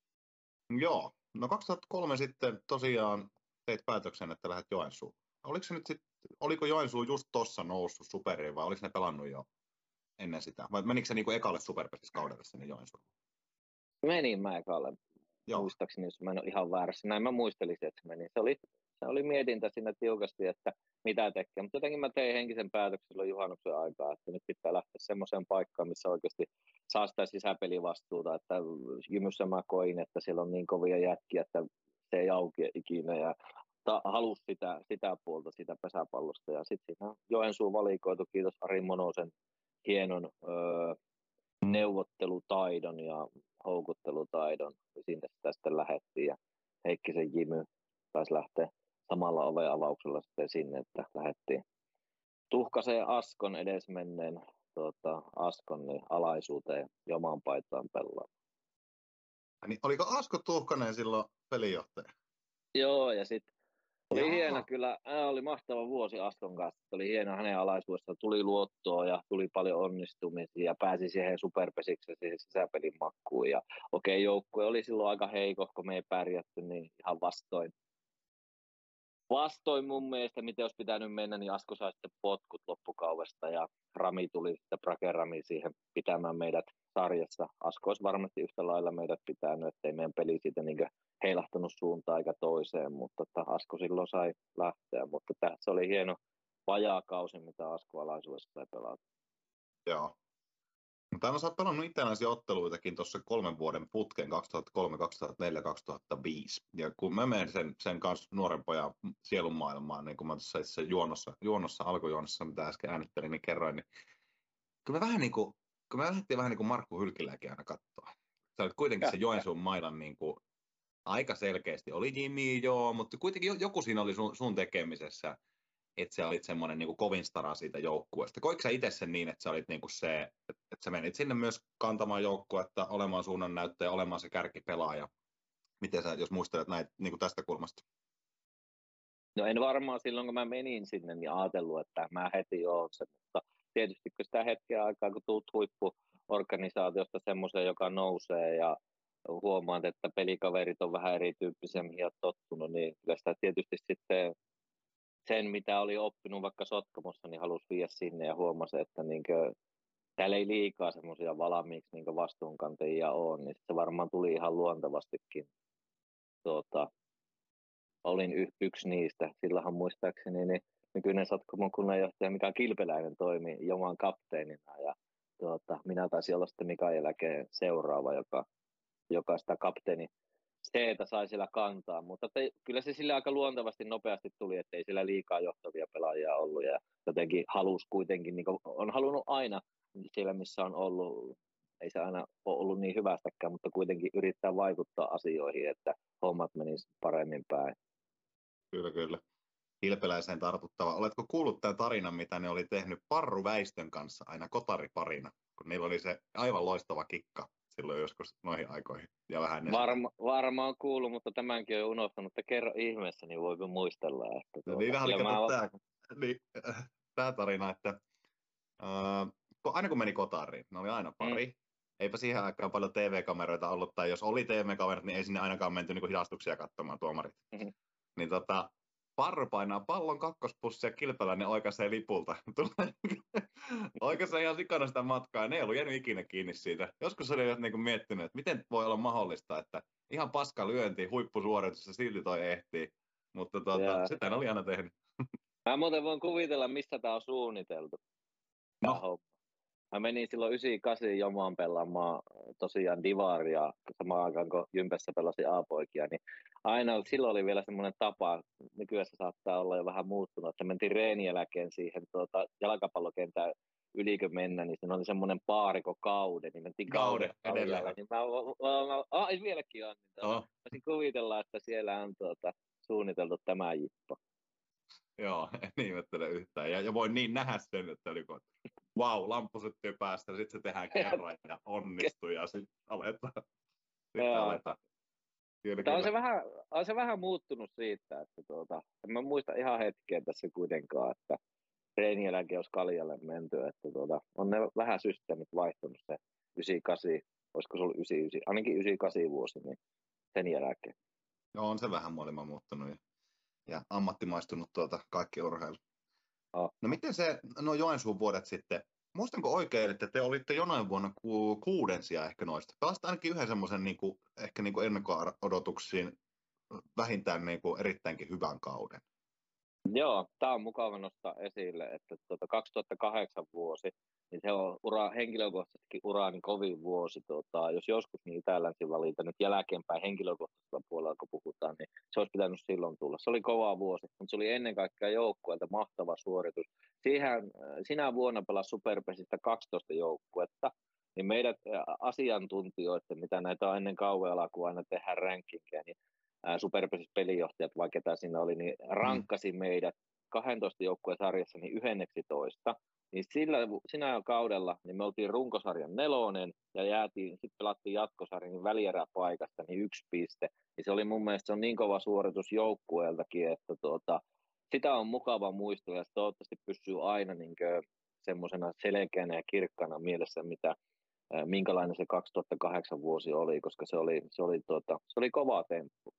[SPEAKER 3] Joo, no kaksituhattakolme sitten tosiaan teit päätöksen, että lähdet Joensuuhun. Oliko se nyt sit, oliko Joensuu just tuossa noussut superiin vai oliko ne pelannut jo ennen sitä? Vai menikö se niinku ekalle superpesiskaudelle sinne Joensuuhun?
[SPEAKER 2] Menin mä ekalle, Joo. muistaakseni, jos mä en ole ihan väärässä. Näin mä muistelisin, että menin. Se oli, se oli mietintä siinä tiukasti, että mitä tekee. Mutta jotenkin mä tein henkisen päätöksen silloin juhannuksen aikaa, että nyt pitää lähteä semmoiseen paikkaan, missä oikeasti saa sitä sisäpelivastuuta. Että Jymyssä mä koin, että siellä on niin kovia jätkiä, että se ei aukea ikinä. Ja halusi sitä, sitä puolta sitä pesäpallosta ja sitten siinä Joensuu valikoitu, kiitos Ari Monosen hienon öö, neuvottelutaidon ja houkuttelutaidon, sinne sitä sitten lähdettiin ja Heikkisen Jimy taisi lähteä samalla oven avauksella sitten sinne, että lähdettiin Tuhkaseen Askon edesmenneen tuota, Askon niin alaisuuteen Joman paitaan pelaamaan.
[SPEAKER 3] Niin, oliko Asko Tuhkanen silloin pelinjohtaja?
[SPEAKER 2] Joo, ja sitten oli Jaa. hieno kyllä, ää, oli mahtava vuosi Askon kanssa, oli hieno hänen alaisuudessaan, tuli luottoa ja tuli paljon onnistumisia ja pääsi siihen superpesikseen, siihen sisäpelin makkuun ja okei, okay, joukkue oli silloin aika heikko, kun me ei pärjätty, niin ihan vastoin. Vastoin mun mielestä, miten olisi pitänyt mennä, niin Asko sai sitten potkut loppukaudesta ja Rami tuli sitten, Brake Rami siihen pitämään meidät sarjassa. Asko olisi varmasti yhtä lailla meidät pitänyt, ettei meidän peli siitä niin heilahtanut suuntaan eikä toiseen, mutta että Asko silloin sai lähteä. Mutta että se oli hieno vajaakausi, mitä Asko alaisuudessa sai pelata.
[SPEAKER 3] Joo. Mutta sä oot pelannut itsenäisiä otteluitakin tuossa kolmen vuoden putken kaksituhattakolme, kaksituhattaneljä, kaksituhattaviisi. Ja kun mä menen sen, sen kanssa nuoren pojan sielun maailmaan, niin kuin mä tuossa itse juonnossa, juonnossa, alkujuonnossa, mitä äsken äänittelin, niin kerroin, niin kun me vähän niin kuin, kun me lähdettiin vähän niin kuin Markku Hylkiläkin aina katsoa. Sä olet kuitenkin se Joensuun mailan niin kuin aika selkeästi. Oli Jimmy, joo, mutta kuitenkin joku siinä oli sun, sun tekemisessä, että sä olit semmoinen niin kuin kovin stara siitä joukkueesta. Koitko sä itse sen niin, että sä olit niin kuin se, että sä menit sinne myös kantamaan joukkuetta, olemaan suunnannäyttäjä, olemaan se kärkipelaaja? Miten sä, jos muistelet näin niin kuin tästä kulmasta?
[SPEAKER 2] No en varmaan silloin, kun mä menin sinne, niin ajatellut, että mä heti oon se, mutta tietysti kun sitä hetkeä aikaa, kun tuut huippuorganisaatiosta semmoiseen, joka nousee ja huomaat, että pelikaverit on vähän erityyppisiä, mihin olet tottunut, niin kyllä sitä tietysti sitten sen, mitä oli oppinut vaikka Sotkamossa, niin halusi viedä sinne ja huomasi, että niinkö, täällä ei liikaa semmoisia valmiiksi niinkö vastuunkantajia ole, niin se varmaan tuli ihan luontavastikin. Tuota, olin y- yksi niistä. Silloinhan muistaakseni niin nykyinen Sotkamon kunnanjohtaja Mika Kilpeläinen toimi Joman kapteenina ja tuota, minä taisin olla sitten Mika jälkeen seuraava, joka, joka sitä kapteeni C-tä sai siellä kantaa, mutta te, kyllä se sille aika luontevasti nopeasti tuli, että ei siellä liikaa johtavia pelaajia ollut ja jotenkin halusi kuitenkin, niin kuin on halunnut aina siellä missä on ollut, ei se aina ole ollut niin hyvästäkään, mutta kuitenkin yrittää vaikuttaa asioihin, että hommat menisivät paremmin päin.
[SPEAKER 3] Kyllä, kyllä. Kilpeläiseen tartuttava. Oletko kuullut tämän tarinan, mitä ne oli tehnyt Parru Väistön kanssa aina kotariparina, kun niillä oli se aivan loistava kikka silloin joskus noihin aikoihin. Ja vähän
[SPEAKER 2] Varma, varmaan kuullut, mutta tämänkin olen unohtanut, että kerro ihmeessä, niin voimme muistella. Että
[SPEAKER 3] tuota, no niin, oli kato mä... tämä, niin, äh, tämä tarina, että äh, aina kun meni kotariin, ne oli aina pari. Mm. Eipä siihen aikaan paljon T V-kameroita ollut, tai jos oli T V-kamerat, niin ei sinne ainakaan menty niin hidastuksia katsomaan tuomarit. Mm-hmm. Niin tota, Parru painaa pallon kakkospussia ja Kilpeläinen oikaisee lipulta. Oikaisee ihan sikana sitä matkaa ja ne ei ollut jäänyt ikinä kiinni siitä. Joskus oli niin miettinyt, että miten voi olla mahdollista, että ihan paska lyönti, huippusuoritus ja silti toi ehtii. Mutta tuota, sitä ne oli aina tehnyt.
[SPEAKER 2] Mä muuten voin kuvitella, mistä tää on suunniteltu.
[SPEAKER 3] No.
[SPEAKER 2] Mä menin silloin yhdeksänkymmentäkahdeksan Jomaan pelaamaan tosiaan Divaria, samaan aikaan kun Jympessä pelasi A-poikia, niin aina silloin oli vielä semmoinen tapa, nykyään se saattaa olla jo vähän muuttunut, että mentiin reenin jälkeen siihen tuota, jalkapallokentään ylikö mennä, niin siinä oli semmoinen paariko kaude, niin mentiin kauden edellä. Niin mä, mä, mä, mä, mä vieläkin on, niin tuota, oh. Voisin kuvitella, että siellä on tuota, suunniteltu tämä jippo.
[SPEAKER 3] Joo, en ihmettele yhtään. Ja, ja voin niin nähdä sen, että oliko, vau, lamppu syttyy päästä, sitten se tehdään kerran ja onnistuu ja sitten aletaan. Sitten aletaan. Kyllä,
[SPEAKER 2] kyllä. On, se vähän, on se vähän muuttunut siitä, että tuota, en mä muista ihan hetkeä tässä kuitenkaan, että treenin jälkeen olisi Kaljalle menty, että tuota, on ne vähän systeemit vaihtunut se yhdeksänkymmentäkahdeksan, olisiko se ollut yhdeksänkymmentäyhdeksän, ainakin yhdeksänkymmentäkahdeksan vuosi, niin sen jälkeen.
[SPEAKER 3] Joo, on se vähän maailman muuttunut ja, ja ammattimaistunut tuota kaikki urheilu. Oh. No miten se, no Joensuun vuodet sitten, muistanko oikein, että te olitte jonain vuonna ku, kuudensia ehkä noista? Pelasitte ainakin yhden semmoisen niin kuin, ehkä niin kuin ennakko-odotuksiin vähintään niin kuin erittäinkin hyvän kauden.
[SPEAKER 2] Joo, tämä on mukava nostaa esille, että tuota kaksituhattakahdeksan vuosi, niin se on ura, henkilökohtaisesti uraani kovin vuosi. Tuota, jos joskus niin itä-länsi valita nyt jälkeenpäin henkilökohtaisella puolella, kun puhutaan, niin se olisi pitänyt silloin tulla. Se oli kova vuosi, mutta se oli ennen kaikkea joukkueelta mahtava suoritus. Siihen, sinä vuonna pelasi Superpesistä kaksitoista joukkuetta, niin meidät asiantuntijoiden, mitä näitä on ennen kauan alkuun aina tehdään rankingia, niin Superpesis pelijohtajat, vai ketä siinä oli, niin rankkasi mm. meidät kaksitoista joukkueen sarjassa niin yksitoista. Niin sillä, sinä kaudella niin me oltiin runkosarjan nelonen ja jäätiin, sitten pelattiin jatkosarjan niin välieräpaikasta niin yksi piste. Ja se oli mun mielestä se on niin kova suoritus joukkueeltakin, että tuota, sitä on mukava muistaa ja se toivottavasti pysyy aina niin semmoisena selkeänä ja kirkkana mielessä, mitä, minkälainen se kaksituhattakahdeksan vuosi oli, koska se oli, se oli, tuota, se oli kova temppu.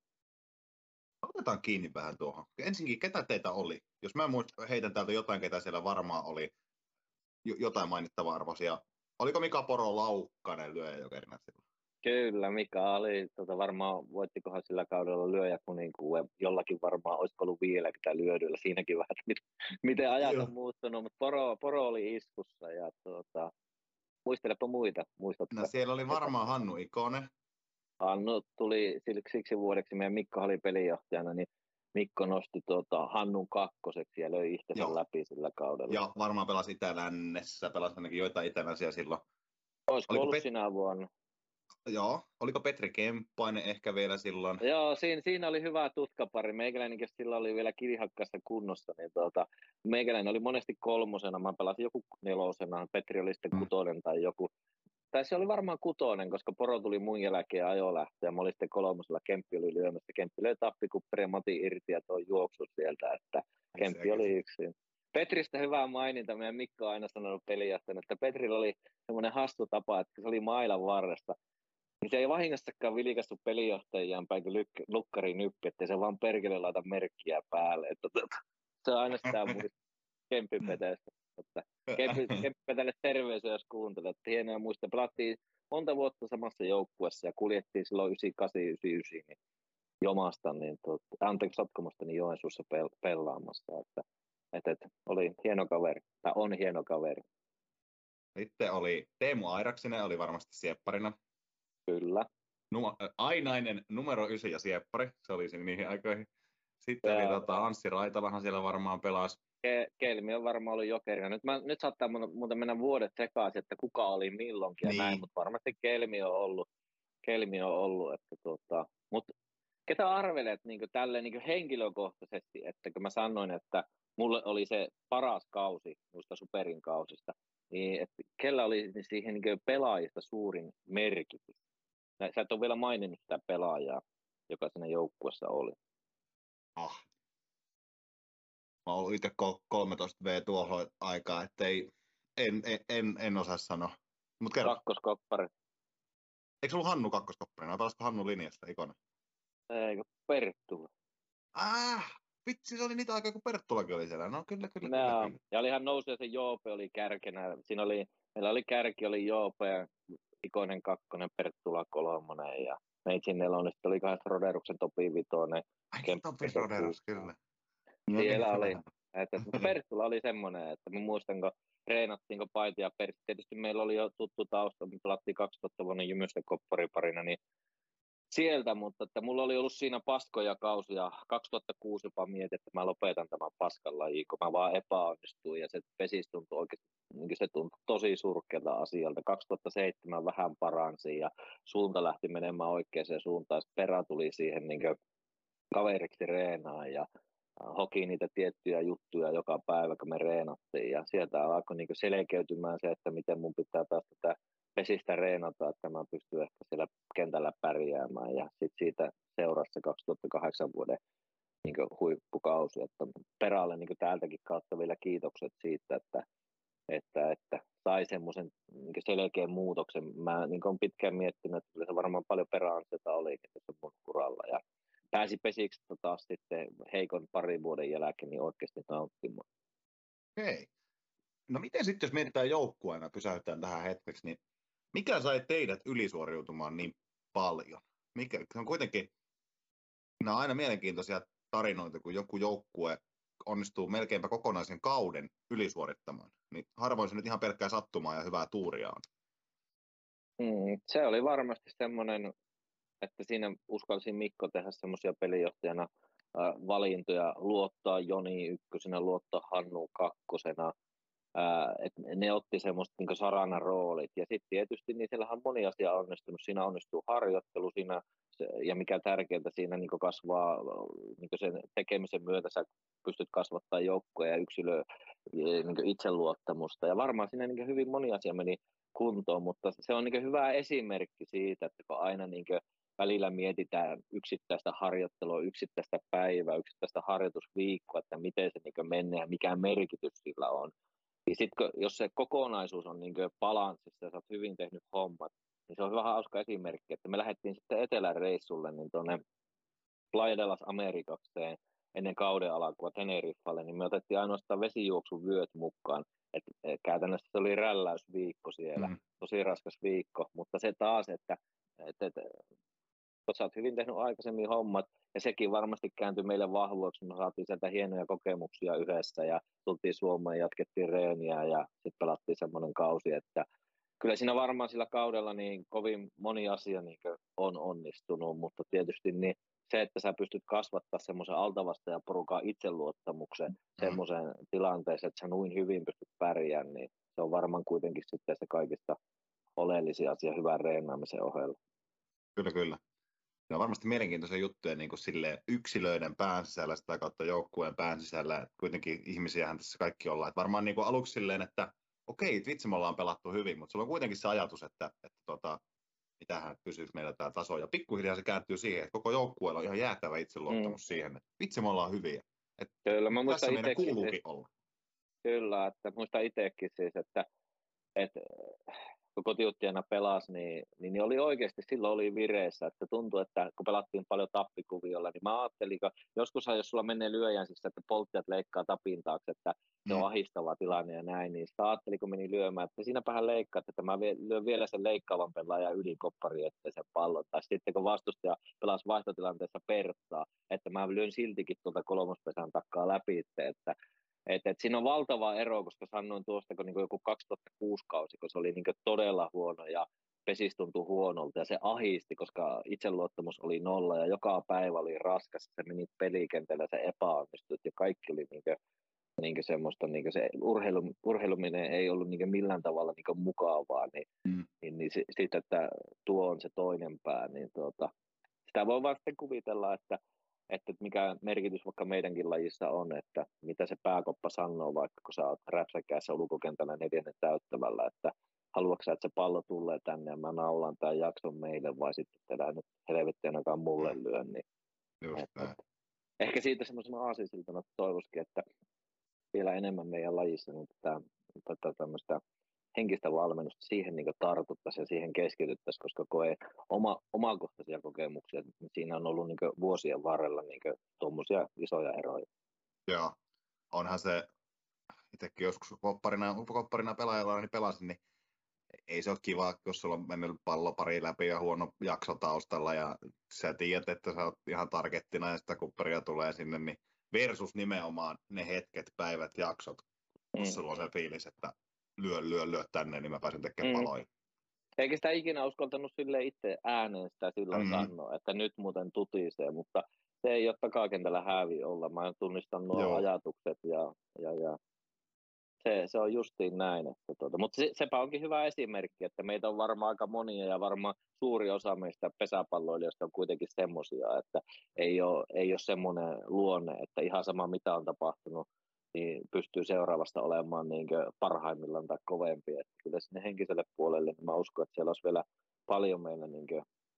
[SPEAKER 3] Otetaan kiinni vähän tuohon. Ensinnäkin, ketä teitä oli? Jos mä muistan, heitän täältä jotain, ketä siellä varmaan oli jotain mainittavaa arvoisia. Oliko Mika Poro Laukkanen lyöjäjokerina silloin?
[SPEAKER 2] Kyllä, Mika oli, tota, varmaan voittikohan sillä kaudella lyöjäkuninkuun, jollakin varmaan olisiko ollut vieläkin tämä lyödyllä, siinäkin vähän, mit, miten ajat on muuttunut, mutta Poro, Poro oli iskussa ja tuota, muistelepa muita, muistatko?
[SPEAKER 3] No siellä oli varmaan Hannu Ikonen.
[SPEAKER 2] Hannu tuli siksi vuodeksi, meidän Mikko oli pelijohtajana, niin Mikko nosti tuota Hannun kakkoseksi ja löi itsensä Joo. läpi sillä kaudella.
[SPEAKER 3] Ja varmaan pelasi Itä-Lännessä, pelasi ainakin joitain Itä-Länsiä silloin.
[SPEAKER 2] Olisiko Oliko ollut Pet... sinä vuonna?
[SPEAKER 3] Joo, oliko Petri Kemppainen ehkä vielä silloin?
[SPEAKER 2] Joo, siinä, siinä oli hyvä tutkapari. Meikäläinen, silloin oli vielä kivihakkaassa kunnossa, niin tuota, meikäläinen oli monesti kolmosena, mä pelasin joku nelosena, Petri oli sitten kutonen tai joku tai se oli varmaan kutonen, koska Poro tuli mun jälkeen ajolähtö ja mä olin sitten kolmosella, Kemppi oli lyömässä. Kemppi löi tappikupperi ja Mati irti ja toi juoksu sieltä, että Kemppi oli yksin. Petristä hyvä maininta, meidän Mikko on aina sanonut pelijohtajana, että Petrillä oli semmoinen hassu tapa, että se oli mailan varresta. Niin se ei vahingossakaan vilkastu pelijohtajaan päin kuin lukkari nyppi, ettei se vaan perkele laita merkkiä päälle. Että, että, se on aina sitä muista Kemppi Petestä. Kemppi, Kemppi Petelle terveisiä, jos kuuntelet. Hienoa muista. Pelattiin monta vuotta samassa joukkuessa ja kuljettiin silloin yhdeksänkymmentäkahdeksan yhdeksänkymmentäyhdeksän niin jomasta, niin tuot, anteeksi Sotkamosta, niin Joensuussa pel- pelaamassa. Että, et, et, oli hieno kaveri, tai on hieno kaveri.
[SPEAKER 3] Sitten oli Teemu Airaksinen, oli varmasti siepparina.
[SPEAKER 2] Kyllä.
[SPEAKER 3] Numa, ainainen numero yhdeksän ja sieppari, se oli siinä niihin aikoihin. Sitten ja, oli tota, Anssi Raitalahan siellä varmaan pelasi.
[SPEAKER 2] Ke- Kelmi on varmaan ollut jokerina. Nyt, mä, nyt saattaa muuten mennä vuodet sekaisin, että kuka oli milloinkin niin. Ja näin, mutta varmasti Kelmi on ollut. Kelmi on ollut että tota, mutta ketä arvelet niin tälleen niin henkilökohtaisesti, että kun mä sanoin, että mulle oli se paras kausi muista Superin kausista, niin että kellä oli siihen niin pelaajista suurin merkitys? Sä et ole vielä maininnut sitä pelaajaa, joka siinä joukkueessa oli.
[SPEAKER 3] Ah. Mä oon itse kolmetoista vuotta tuohon aikaan, ettei, en, en, en, en osaa sanoa. Mut kerro.
[SPEAKER 2] Kakkoskoppari.
[SPEAKER 3] Eikö ollut Hannu kakkoskopparina? Pelasko Hannu linjasta Ikonen?
[SPEAKER 2] Eikö Perttula?
[SPEAKER 3] Ah, vitsi, se oli niitä aikaa, kun Perttulakin oli siellä. No kyllä, kyllä,
[SPEAKER 2] no,
[SPEAKER 3] kyllä, kyllä.
[SPEAKER 2] Ja olihan nousu, se Joope oli kärkenä. Siinä oli, meillä oli kärki, oli Joope ja Ikonen kakkonen, Perttula kolmonen ja Meitsin nelonen. Sitten oli kahdessa Roderuksen Topi vitonen.
[SPEAKER 3] Ai Topi Roderus, kyllä.
[SPEAKER 2] Siellä oli. Että, että Perttula oli semmoinen, että mä muistan, kun treenattiinko Paiti ja Pertti. Tietysti meillä oli jo tuttu tausta, me pelattiin kaksituhatta vuonna Jymystä koppariparina, niin sieltä, mutta että mulla oli ollut siinä paskoja kausia. kaksituhattakuusi jopa mietin, että mä lopetan tämän paskan lajiin, kun mä vaan epäonnistuin ja se pesis tuntui oikeasti, niin se tuntui tosi surkealta asialta. kaksituhattaseitsemän vähän paransi ja suunta lähti menemään oikeaan suuntaan. Sitten perä tuli siihen niin kaveriksi reenaan ja hoki niitä tiettyjä juttuja joka päivä, kun me reenattiin. Ja sieltä alkoi niin selkeytymään se, että miten mun pitää taas tätä pesistä reenata, että mä pystyn ehkä siellä kentällä pärjäämään. Ja sitten siitä seurasi se kaksituhattakahdeksan vuoden niin huippukausi. Että Perälle niin täältäkin kautta vielä kiitokset siitä, että, että, että sai semmoisen niin selkeän muutoksen. Mä niin olen pitkään miettinyt, että se varmaan paljon peräansiota olikin tässä mun uralla. Ja pääsi pesiksi taas sitten heikon parin vuoden jälkeen niin oikeasti nauttimaan.
[SPEAKER 3] Okei. No miten sitten, jos mietitään joukkueena, pysäytään tähän hetkeksi, niin mikä sai teidät ylisuoriutumaan niin paljon? Mikä, se on kuitenkin, nämä on aina mielenkiintoisia tarinoita, kun joku joukkue onnistuu melkeinpä kokonaisen kauden ylisuorittamaan. Niin harvoin se nyt ihan pelkkää sattumaa ja hyvää tuuria on.
[SPEAKER 2] Mm, se oli varmasti semmoinen, että siinä uskalsin Mikko tehdä semmoisia pelijohtajana äh, valintoja, luottaa Joni ykkösenä, luottaa Hannu kakkosena. Äh, et ne otti semmoista niin sarana roolit. Ja sitten tietysti niin siellähän on moni asia onnistunut. Siinä onnistuu harjoittelu siinä, se, ja mikä tärkeintä siinä niin kasvaa niin sen tekemisen myötä, sä pystyt kasvattaa joukkoja ja yksilöä niin itseluottamusta. Ja varmaan siinä niin hyvin moni asia meni kuntoon, mutta se on niin hyvä esimerkki siitä, että kun aina niin välillä mietitään yksittäistä harjoittelua, yksittäistä päivää, yksittäistä harjoitusviikkoa, että miten se niin menee ja mikä merkitys sillä on. Ja sitten jos se kokonaisuus on niin balanssissa ja sä oot hyvin tehnyt hommat, niin se on hyvä hauska esimerkki, että me lähdettiin sitten etelän reissulle niin tuonne Playa de las Americakseen ennen kauden alkua Teneriffalle, niin me otettiin ainoastaan vesijuoksun vyöt mukaan. Et käytännössä se oli rälläysviikko siellä, mm. tosi raskas viikko, mutta se taas, että et, et, sä oot hyvin tehnyt aikaisemmin hommat, ja sekin varmasti kääntyi meille vahvuuksi, me saatiin sieltä hienoja kokemuksia yhdessä, ja tultiin Suomeen, jatkettiin reeniä, ja sitten pelattiin semmoinen kausi, että kyllä siinä varmaan sillä kaudella niin kovin moni asia niin on onnistunut, mutta tietysti niin se, että sä pystyt kasvattaa semmoisen altavastajaporukan itseluottamuksen mm. semmoiseen tilanteeseen, että sä noin hyvin pystyt pärjäämään, niin se on varmaan kuitenkin sitten se kaikista oleellisin asia hyvän reenaamisen ohella.
[SPEAKER 3] Kyllä, kyllä. Ne on varmasti mielenkiintoisia juttuja niin kuin silleen yksilöiden pään sisällä, sitä kautta joukkueen pään sisällä. Kuitenkin ihmisiähän tässä kaikki ollaan. Et varmaan niin kuin aluksi silleen, että okei, vitsi me ollaan pelattu hyvin, mutta sulla on kuitenkin se ajatus, että, että tota, mitähän pysyisi meillä tämä taso. Ja pikkuhiljaa se kääntyy siihen, että koko joukkueella on ihan jäätävä itseluottamus mm. siihen, että vitsi me ollaan hyviä. Että
[SPEAKER 2] Kyllä, mä
[SPEAKER 3] tässä meidän
[SPEAKER 2] itekin,
[SPEAKER 3] kuuluukin
[SPEAKER 2] siis,
[SPEAKER 3] olla.
[SPEAKER 2] Kyllä, että muistan itsekin siis, että, että kun kotiuttajana pelasi, niin, niin, niin oli oikeasti silloin oli vireessä, että tuntui, että kun pelattiin paljon tappikuviolla, niin mä ajattelin, että joskushan jos sulla menee lyöjän siis, että polttajat leikkaa tapin taakse, että se on mm. ahistava tilanne ja näin, niin sitä ajattelin, kun meni lyömään, että siinäpähän leikkaat, että mä lyön vielä sen leikkaavan pelaajan yli koppari, että sen pallon, tai sitten kun vastustaja pelasi vaihtotilanteessa Perttaa, että mä lyön siltikin tuolta kolmospesän takkaa läpi, että Et, et siinä on valtava ero, koska sanoin tuosta, kun niin joku kaksituhattakuusi kausi, kun se oli niin todella huono ja pesis tuntui huonolta ja se ahisti, koska itseluottamus oli nolla ja joka päivä oli raskas, se meni pelikentällä, se epäonnistui ja kaikki oli niin kuin, niin semmoista, niin se urheilu, urheiluminen ei ollut niin millään tavalla niin mukavaa, niin, mm. niin, niin sitten, että tuo on se toinen pää, niin tuota, sitä voi vaan sitten kuvitella, että että mikä merkitys vaikka meidänkin lajissa on, että mitä se pääkoppa sanoo, vaikka kun sä oot räpsäkäässä ulkokentällä neljännen täyttävällä, että haluatko sä, että se pallo tulee tänne ja mä naulan tämän jakson meille, vai sitten tehdään nyt helvetti ainakaan mulle lyö, niin että, ehkä siitä semmoisena aasinsiltana toivoisikin, että vielä enemmän meidän lajissa niin tätä, tätä tämmöistä henkistä valmennusta siihen niin tartuttaisiin ja siihen keskityttäisiin, koska koe oma, omakohtaisia kokemuksia, niin siinä on ollut niin vuosien varrella niin tuommoisia isoja eroja.
[SPEAKER 3] Joo, onhan se, itsekin joskus kopparina, kopparina pelaajalla niin pelasin, niin ei se ole kiva, jos sulla on mennyt pallo pari läpi ja huono jakso taustalla ja sä tiedät, että sä oot ihan targettina ja sitä kupparia tulee sinne, niin versus nimenomaan ne hetket, päivät, jaksot, kun mm. sulla on se fiilis, että lyö, lyö, lyö tänne, niin mä pääsen tekemään mm. paloja.
[SPEAKER 2] Eikä sitä ikinä uskaltanut sille itse ääneen sitä silloin mm-hmm. sanoa, että nyt muuten tutisee, mutta se ei ole takakentällä hävi olla. Mä tunnistan nuo Joo. ajatukset ja, ja, ja se, se on justiin näin. Että tuota. Mutta se, sepä onkin hyvä esimerkki, että meitä on varmaan aika monia ja varmaan suuri osa meistä pesäpalloilijoista on kuitenkin semmoisia, että ei ole, ei ole semmoinen luonne, että ihan sama mitä on tapahtunut, niin pystyy seuraavasta olemaan niin parhaimmillaan tai kovempi. Että kyllä sinne henkiselle puolelle, niin mä uskon, että siellä olisi vielä paljon meillä niin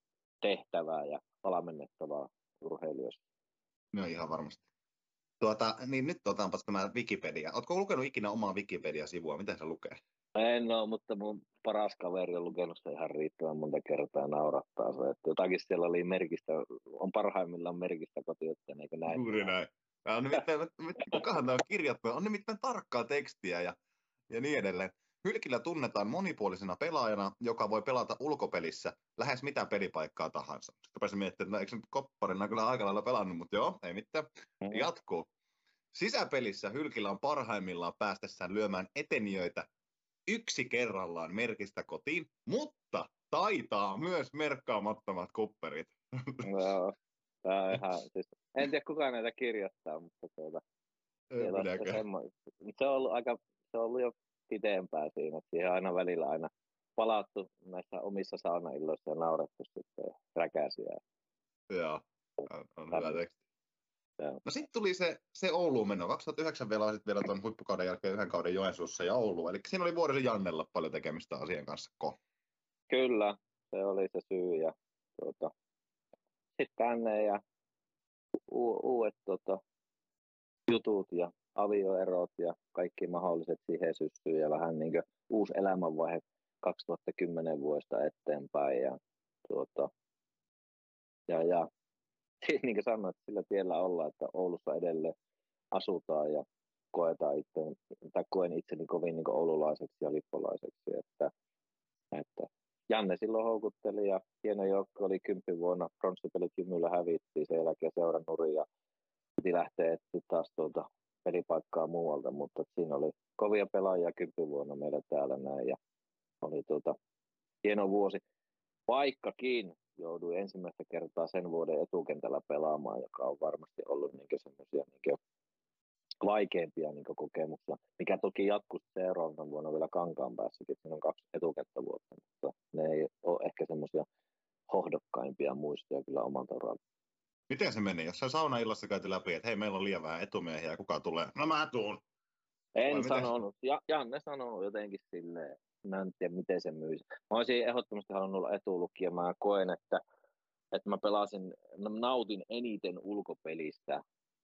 [SPEAKER 2] tehtävää ja valmennettavaa urheilijoista.
[SPEAKER 3] No ihan varmasti. Tuota, niin nyt otanpas tämä Wikipedia. Ootko lukenut ikinä omaa Wikipedia-sivua? Miten se lukee?
[SPEAKER 2] En ole, mutta mun paras kaveri on lukenut se ihan riittävän monta kertaa ja naurattaa se. Että jotakin siellä oli merkistä, on parhaimmillaan merkistä kotiuttajana, eikö näin?
[SPEAKER 3] Juuri näin. On nimittäin, kukahan tämä on kirjattu? On nimittäin tarkkaa tekstiä ja, ja niin edelleen. Hylkilä tunnetaan monipuolisena pelaajana, joka voi pelata ulkopelissä lähes mitä pelipaikkaa tahansa. Sitten pääsin miettimään, että no, eikö nyt kopparina kyllä aika lailla pelannut, mutta joo, ei mitään. Mm-hmm. Jatkuu. Sisäpelissä Hylkilä on parhaimmillaan päästessään lyömään etenijöitä yksi kerrallaan merkistä kotiin, mutta taitaa myös merkkaamattomat kupperit.
[SPEAKER 2] Joo, tämä on ihan, siis, en tiedä kuka näitä kirjoittaa, mutta tuota, se on ollut aika, se on ollut jo pitempään siinä, että siihen aina välillä aina palattu näissä omissa saunailloissa ja naurettu sitten räkäisiä.
[SPEAKER 3] Joo, on, on hyvä teksti. Joo. No sitten tuli se, se Ouluun meno. kaksituhattayhdeksän vielä olisit vielä tuon huippukauden jälkeen yhden kauden Joensuussa ja Oulu. Eli siinä oli Vuorisen Jannella paljon tekemistä asian kanssa. Ko?
[SPEAKER 2] Kyllä, se oli se syy. Ja tuota, sitten tänne ja u- uudet tuota, jutut ja avioerot ja kaikki mahdolliset siihen syssyyn ja vähän niin kuin uusi elämänvaihe kaksituhattakymmenen vuodesta eteenpäin. Ja, tuota, ja, ja niin kuin sanoin, että sillä tiellä ollaan, että Oulussa edelleen asutaan ja koetaan itse, tai koen itseni kovin niin oululaiseksi ja lippolaiseksi. Että, että Janne silloin houkutteli ja hieno joukko oli kymppi vuonna, pronssipelit hymyllä hävittiin, sen jälkeen seuran nurin ja piti lähteä etsiä taas tuolta pelipaikkaa muualta, mutta siinä oli kovia pelaajia kymppi vuonna meillä täällä näin ja oli tuota, hieno vuosi, vaikkakin jouduin ensimmäistä kertaa sen vuoden etukentällä pelaamaan, joka on varmasti ollut niin semmoisia niin vaikeimpia niin kokemuksia, mikä toki jatkuu seuraavana vuonna vielä Kankaanpäässäkin, siinä on kaksi etukenttävuotta, mutta ne ei ole ehkä semmoisia hohdokkaimpia muistoja kyllä omalta uralta.
[SPEAKER 3] Miten se meni? Jos sä saunaillassa käyty läpi, että hei, meillä on liian vähän etumiehiä ja kuka tulee? No mä tuun.
[SPEAKER 2] En sanonut. Ja, Janne sanoo jotenkin silleen. Mä en tiedä, miten se myisi. Mä olisin ehdottomasti halunnut olla etulukija. Mä koen, että, että mä pelasin, nautin eniten ulkopelistä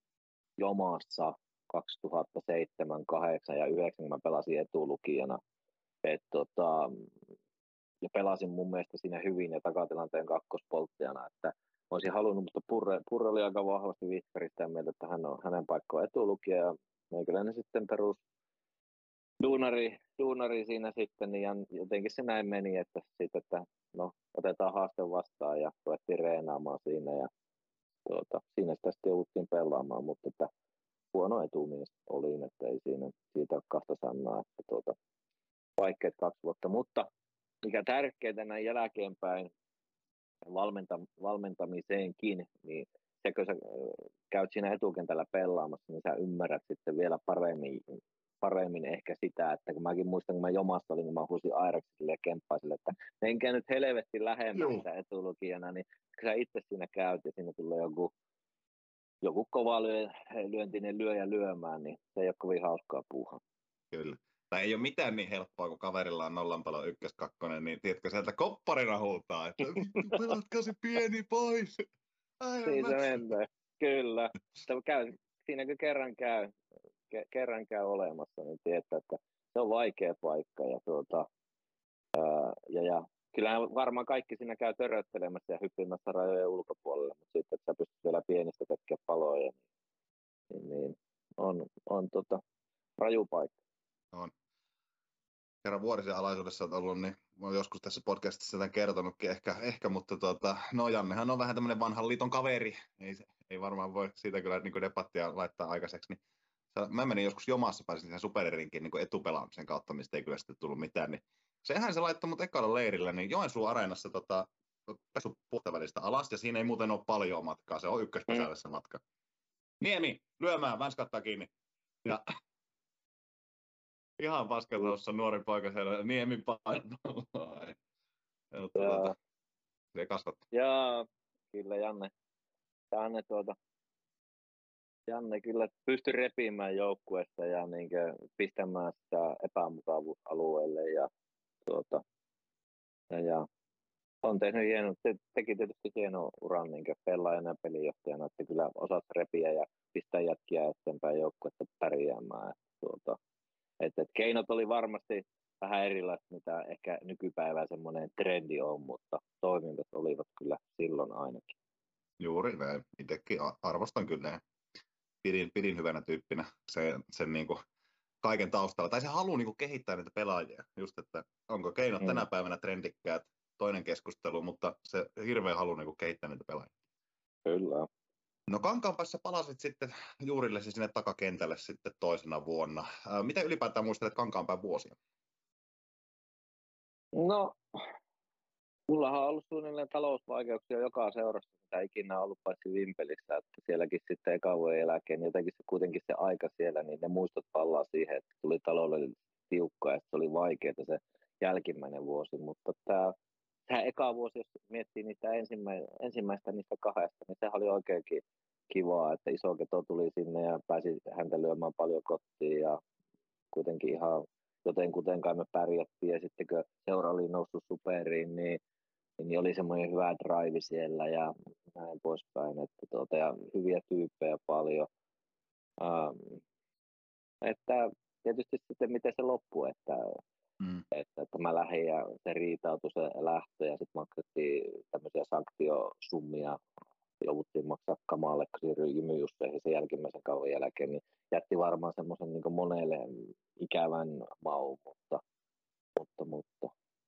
[SPEAKER 2] Jomassa kaksituhattaseitsemän, kahdeksan ja yhdeksän, mä pelasin etulukijana. Et, tota, ja pelasin mun mielestä siinä hyvin ja takatilanteen kakkospolttajana. Että olisin halunnut, mutta Purre, Purre oli aika vahvasti vihkari sitä mieltä, että hän on hänen paikkoon etulukija. Ja meikäläinen sitten perus duunari, duunari siinä sitten, niin jotenkin se näin meni, että, sit, että no, otetaan haaste vastaan ja ruvettiin reenaamaan siinä ja tuota, siinä sitä sitten jouduttiin pelaamaan, mutta että huono etumies olin, että ei siinä siitä ole kahta sanaa, että tuota, vaikeat kaksi vuotta, mutta mikä tärkeää näin jälkeenpäin valmenta, valmentamiseenkin, niin se kun sä käyt siinä etukentällä pelaamassa, niin sä ymmärrät sitten vielä paremmin paremmin ehkä sitä, että kun mäkin muistan, kun mä Jomassa olin, kun mä huusin Airaksille ja Kemppaisille, että menkää nyt helvetti lähemmästä etulukijana, niin kun sä itse siinä käyt ja siinä tulee joku, joku kova lyö, lyöntinen lyöjä lyömään, niin se ei ole kovin hauskaa puuhaa.
[SPEAKER 3] Kyllä. Tai ei ole mitään niin helppoa, kun kaverilla on nollanpalo ykkös kakkonen, niin tiedätkö, sieltä kopparina huutaa, että pelatkaa se pieni pois.
[SPEAKER 2] Siis se menee, kyllä. Käy, siinä kun kerran käy, kerran käy olemassa, niin tietää, että se on vaikea paikka. Ja, tuota, ää, ja, ja kyllähän varmaan kaikki siinä käy töröttelemässä ja hyppimässä rajojen ulkopuolelle, mutta sitten, että sä pystyt vielä pienistä tekemään paloja, niin, niin on, on tota, raju paikka.
[SPEAKER 3] On. Kerran vuorisen alaisuudessa olet ollut, niin olen joskus tässä podcastissa tämän kertonutkin ehkä, ehkä mutta tuota, no Jannehan on vähän tämmöinen vanhan liiton kaveri, ei, ei varmaan voi siitä kyllä niin kuin debattia laittaa aikaiseksi, niin mä menin joskus Jomassa, pääsin siihen Supererinkin niin etupelaamisen kautta, mistä ei kyllä sitten tullut mitään. Niin sehän se laittoi mut ekalla leirillä, niin Joensuun areenassa tota, pesu puhtavälistä alas, ja siinä ei muuten ole paljon matkaa, se on ykköspesälle se matka. Niemi, lyömään, vänskattaa kiinni. Ja ihan paskeltaussa nuori poika siellä, Niemi painaa. Tuota, se kasvattaa.
[SPEAKER 2] Joo, kyllä Janne. Janne tuota. Janne kyllä pystyi repimään joukkueesta ja niin pistämään sitä epämukavuusalueelle ja, tuota, ja, ja on tehnyt hieno, te, teki tietysti hieno uran niin pelaajana ja pelijohtajana, että kyllä osasi repiä ja pistää jätkiä eteenpäin joukkuetta pärjäämään. Että, tuota, että, että keinot oli varmasti vähän erilaiset, mitä ehkä nykypäivää semmoinen trendi on, mutta toimintat olivat kyllä silloin ainakin.
[SPEAKER 3] Juuri näin. Itsekin arvostan kyllä. Pidin, pidin hyvänä tyyppinä se, sen niin kuin kaiken taustalla. Tai se haluaa niin kuin kehittää niitä pelaajia. Just, että onko keinot mm. tänä päivänä trendikkäät, toinen keskustelu, mutta se hirveän haluaa niin kuin kehittää niitä pelaajia.
[SPEAKER 2] Kyllä.
[SPEAKER 3] No Kankaanpäässä palasit sitten juurillesi sinne takakentälle sitten toisena vuonna. Ää, mitä ylipäätään muistelet Kankaanpään vuosia?
[SPEAKER 2] No, mullahan on ollut suunnilleen talousvaikeuksia joka seurassa, mitä ikinä on ollut paitsi Vimpelissä, että sielläkin sitten ekan vuoden jälkeen, niin jotenkin se, kuitenkin se aika siellä, niin ne muistot palaa siihen, että tuli taloudellisesti tiukkaa ja se oli vaikeaa se jälkimmäinen vuosi, mutta tämä, tämä eka vuosi, jos miettii niitä ensimmäistä, ensimmäistä niistä kahdesta, niin sehän oli oikeinkin kivaa, että Isoketo tuli sinne ja pääsi häntä lyömään paljon kotiin ja kuitenkin ihan joten kuten kai me pärjättiin ja sitten kun seura oli noussut superiin, niin, niin oli semmoinen hyvä drive siellä ja näin poispäin, että tuota, ja hyviä tyyppejä paljon. Ähm, että tietysti sitten miten se loppui, että, mm. että, että mä lähdin ja se riitautui se lähtö ja sitten maksettiin tämmöisiä sanktiosummia, jouduttiin maksaa Kamalle, kun siirryi Jymyjusseihin sen jälkimmäisen kauan jälkeen, niin jätti varmaan semmoisen niin monelle ikävän maun, mutta, mutta, mutta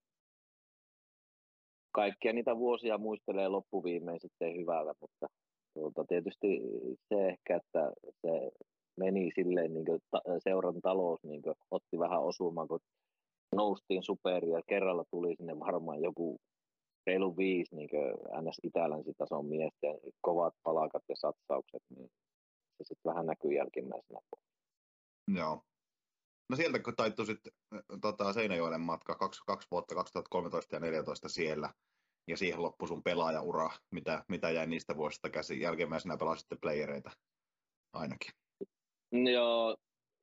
[SPEAKER 2] kaikkia niitä vuosia muistelee loppuviimein sitten hyvällä, mutta tuota, tietysti se ehkä, että se meni silleen, niin kuin ta- seuran talous niin kuin otti vähän osumaan, kun noustiin superiin ja kerralla tuli sinne varmaan joku reilu viisi niin ns. Itä-länsitason miesten kovat palakat ja satsaukset, niin se sitten vähän näkyy jälkimmäisenä.
[SPEAKER 3] Joo. No sieltä kun taittui sitten tota, Seinäjoelle matka kaksi, kaksi vuotta, kaksituhattakolmetoista ja neljätoista siellä, ja siihen loppui sun pelaajaura, mitä, mitä jäi niistä vuosista käsin. Jälkimmäisenä pelasitte playereita ainakin.
[SPEAKER 2] Joo,